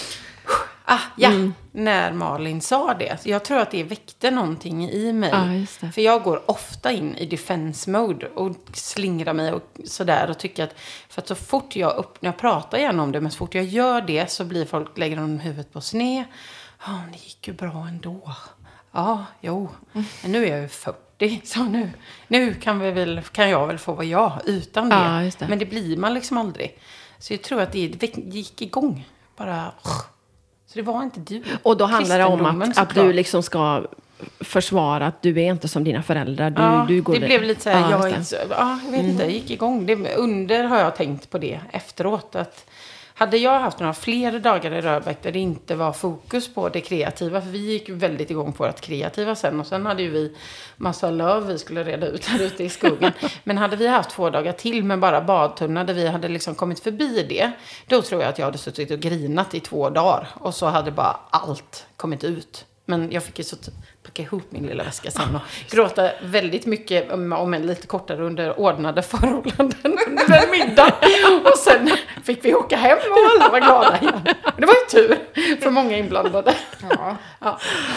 ah, ja, mm. när Malin sa det. Jag tror att det väckte någonting i mig. Ja, just det. För jag går ofta in i defense mode och slingrar mig och sådär. Och tycker att, för att så fort jag öppnar, jag pratar gärna om det, men så fort jag gör det så blir folk, lägger de huvudet på sned. Ja, det gick ju bra ändå. Ja, jo. Men nu är jag ju fyrtio, så nu, nu kan, vi väl, kan jag väl få vara jag utan det. Ja, just det. Men det blir man liksom aldrig. Så jag tror att det gick igång. Bara, så det var inte du. Och då handlar det om Kristendomen, att, att såklart. du liksom ska försvara att du är inte som dina föräldrar. Du, Ja, du går det blev lite så här, ja, jag, just är, det. ja, jag vet inte, det gick igång. Det, under har jag tänkt på det efteråt. Att hade jag haft några fler dagar i Rörbäck där det inte var fokus på det kreativa. För vi gick ju väldigt igång på att kreativa sen. Och sen hade ju vi massa löv vi skulle reda ut här ute i skogen. Men hade vi haft två dagar till med bara badtunna där vi hade liksom kommit förbi det. Då tror jag att jag hade suttit och grinat i två dagar. Och så hade bara allt kommit ut. Men jag fick ju så t- packa ihop min lilla väska sen och gråta väldigt mycket, om en lite kortare, under ordnade förhållanden under en middag. Och sen fick vi åka hem och alla var glada igen. Det var ju tur för många inblandade. Ja. Ja.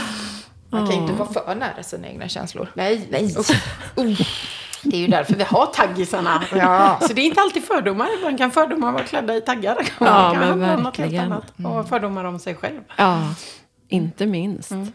Man kan inte vara för nära sina egna känslor. Nej, nej. Det är ju därför vi har taggisarna. Ja. Så det är inte alltid fördomar. Ibland kan fördomar vara klädda i taggar. Ja, Man kan men handla om något helt verkligen. annat. Och fördomar om sig själv. Ja, inte minst. Mm.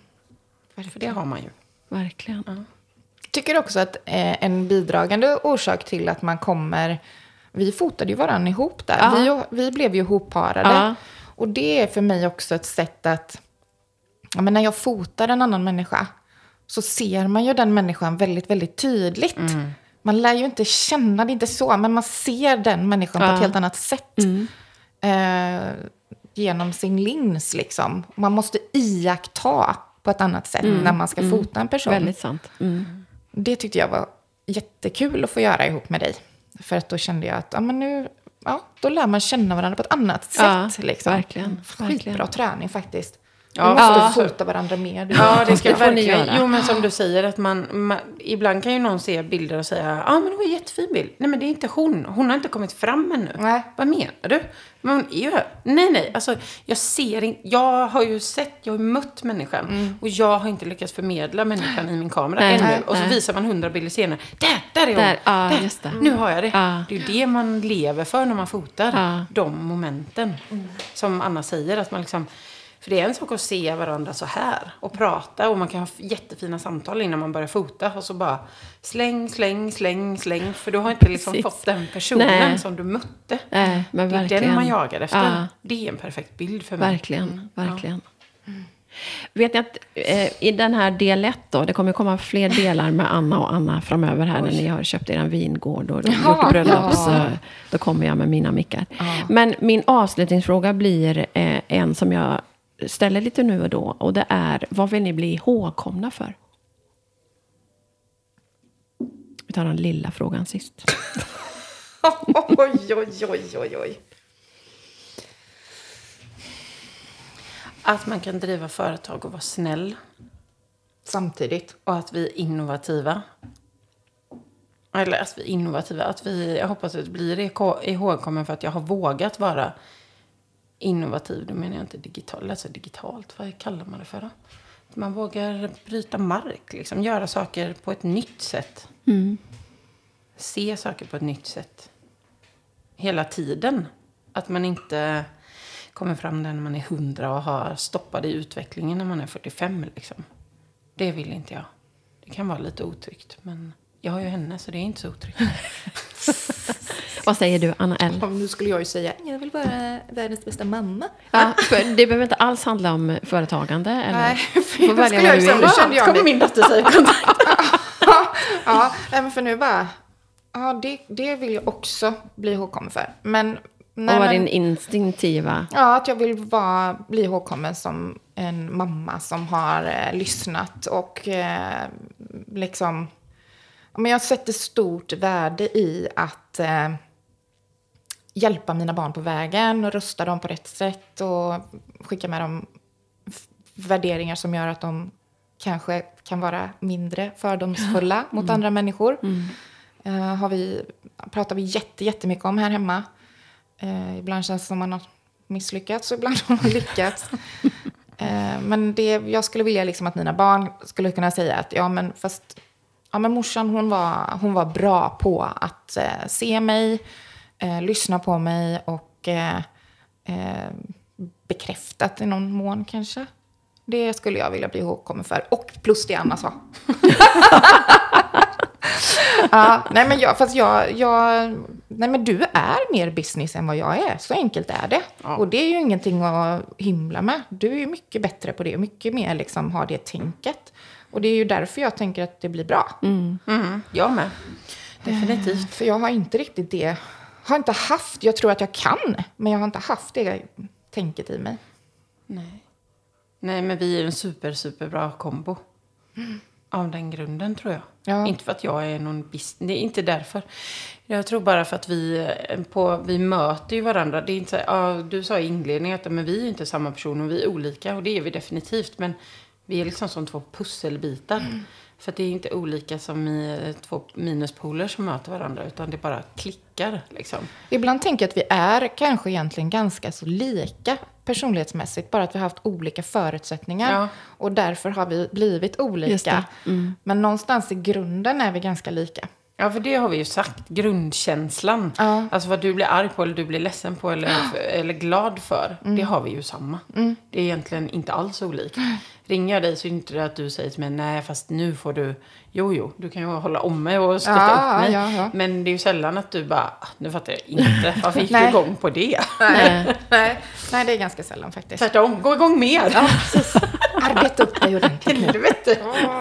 För det har man ju. Verkligen. Ja. Tycker också att eh, en bidragande orsak till att man kommer... Vi fotade ju varann ihop där. Ja. Vi, vi blev ju ihopparade. Ja. Och det är för mig också ett sätt att... Ja, men när jag fotar en annan människa så ser man ju den människan väldigt, väldigt tydligt. Mm. Man lär ju inte känna det, inte så, men man ser den människan Ja. på ett helt annat sätt. Mm. Eh, genom sin lins liksom. Man måste iaktta på ett annat sätt Mm. när man ska Mm. fota en person. Väldigt sant. Mm. Det tyckte jag var jättekul att få göra ihop med dig. För att då kände jag att ja, men nu, ja, då lär man känna varandra på ett annat Ja, sätt. Liksom. verkligen, Skitbra verkligen. träning faktiskt. Ja, Vi måste ja. fota varandra mer. Ja, det ska Det får ni verkligen. göra. Jo, men som du säger, att man, man... Ibland kan ju någon se bilder och säga, ja, ah, men det var en jättefin bild. Nej, men det är inte hon. Hon har inte kommit fram ännu. Nej. Vad menar du? Men hon är ju här. Nej, nej. Alltså, jag ser inte... Jag har ju sett, jag har ju mött människan. Mm. Och jag har inte lyckats förmedla människan i min kamera Nej, ännu. nej, och så nej. visar man hundra bilder senare. Där, där är hon. Där, ja, där. just det. Nu har jag det. Ja. Det är ju det man lever för när man fotar. Ja. De momenten. Som Anna säger, att man liksom... För det är en sak att se varandra så här och prata, och man kan ha jättefina samtal innan man börjar fota, och så bara släng, släng, släng, släng, för du har inte liksom Precis. fått den personen Nej. som du mötte. Nej, men Det är verkligen. den man jagar efter. Ja. Det är en perfekt bild för mig. Verkligen, Mm. verkligen. Ja. Vet ni att eh, i den här del ett då, det kommer komma fler delar med Anna och Anna framöver här. Oj. När ni har köpt er en vingård och gjort bröllop, ja. Så då kommer jag med mina mickar. Ja. Men min avslutningsfråga blir eh, en som jag ställer lite nu och då. Och det är, vad vill ni bli ihågkomna för? Vi tar den lilla frågan sist. oj, oj, oj, oj, oj. Att man kan driva företag och vara snäll. Samtidigt. Och att vi är innovativa. Eller att vi är innovativa. Att vi, jag hoppas att det blir ihågkommen för att jag har vågat vara innovativ. Då menar jag inte digital, alltså digitalt. Vad kallar man det för då? Att man vågar bryta mark. Liksom, göra saker på ett nytt sätt. Mm. Se saker på ett nytt sätt. Hela tiden. Att man inte kommer fram där när man är hundra och har stoppat i utvecklingen när man är fyrtiofem. Liksom. Det vill inte jag. Det kan vara lite otryggt. Men jag har ju henne så det är inte så otryggt. Vad säger du, Anna L? Ja, nu skulle jag ju säga, jag vill vara världens bästa mamma. Ja, för det behöver inte alls handla om företagande. Eller? Nej, för får välja vad du vill. Nu kände jag kommer min dotter säga kontakt. Ja, men för nu bara, ja, det, det vill jag också bli ihågkommen för. Men nej, och vad men, din instinktiva? Ja, att jag vill vara, bli ihågkommen som en mamma som har eh, lyssnat och eh, liksom, men jag sätter stort värde i att eh, hjälpa mina barn på vägen och rösta dem på rätt sätt och skicka med dem f- värderingar som gör att de kanske kan vara mindre fördomsfulla mm. mot andra människor. Mm. Uh, har vi, pratar vi jätte, jättemycket om här hemma. Uh, ibland känns det som man har misslyckats och ibland har man lyckats. uh, men det, jag skulle vilja liksom att mina barn skulle kunna säga att ja, men fast ja, men morsan hon var, hon var bra på att uh, se mig, uh, lyssna på mig och uh, uh, bekräftat i någon mån kanske. Det skulle jag vilja bli ihågkommen för. Och plus det Anna sa. Ja, nej men jag, fast jag, jag, nej men du är mer business än vad jag är. Så enkelt är det. Ja. Och det är ju ingenting att himla med. Du är ju mycket bättre på det. Mycket mer liksom har det tänket. Och det är ju därför jag tänker att det blir bra. Mm. Mm. Jag med. Definitivt. Eh, för jag har inte riktigt det. Har inte haft, jag tror att jag kan. Men jag har inte haft det tänket i mig. Nej. Nej, men vi är en super, super bra kombo. Mm. Av den grunden, tror jag. Ja. Inte för att jag är någon business. Det är inte därför. Jag tror bara för att vi, på, vi möter ju varandra. Det är inte så, ja, du sa i inledningen att men vi är inte samma personer. Vi är olika och det är vi definitivt. Men vi är liksom som två pusselbitar. Mm. För att det är inte olika som i två minuspoler som möter varandra. Utan det bara klickar liksom. Ibland tänker jag att vi är kanske egentligen ganska så lika personlighetsmässigt. Bara att vi har haft olika förutsättningar. Ja. Och därför har vi blivit olika. Mm. Men någonstans i grunden är vi ganska lika. Ja, för det har vi ju sagt. Grundkänslan. Ja. Alltså vad du blir arg på eller du blir ledsen på eller, ja. eller glad för. Mm. Det har vi ju samma. Mm. Det är egentligen inte alls olikt. Mm. Ringer jag dig så är det inte att du säger till mig nej fast nu får du, jo jo, du kan ju hålla om mig och stötta ja, upp mig. Ja, ja. Men det är ju sällan att du bara, nu fattar jag inte, varför gick du igång på det? Nej. nej. nej, det är ganska sällan faktiskt. Tvärtom, gå igång mer. Ja, precis. Arbeta upp dig ordentligt. Helvete.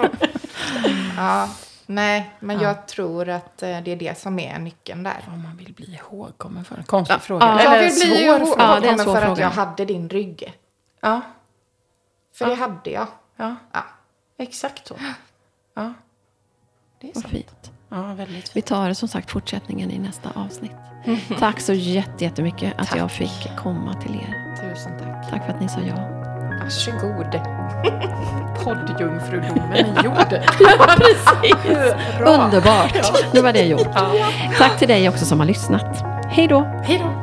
Ja. Nej, men ja. jag tror att det är det som är nyckeln där. Vad man vill bli ihågkommen för. Konstig ja. fråga. Ja. Eller jag vill bli ihågkommen ja, det är en för svår att fråga. jag hade din rygg. Ja. För ja. det hade jag. Ja, ja. exakt så. Ja, det är Vad sant. Fint. Ja, väldigt fint. Vi tar som sagt fortsättningen i nästa avsnitt. Mm. Tack så jättemycket att tack. jag fick komma till er. Tusen tack. Tack för att ni sa ja. Varsågod. Poddjungfrudomen är gjord. Ja, precis. Underbart. Ja. Nu var det gjort. Ja. Tack till dig också som har lyssnat. Hej då. Hej då.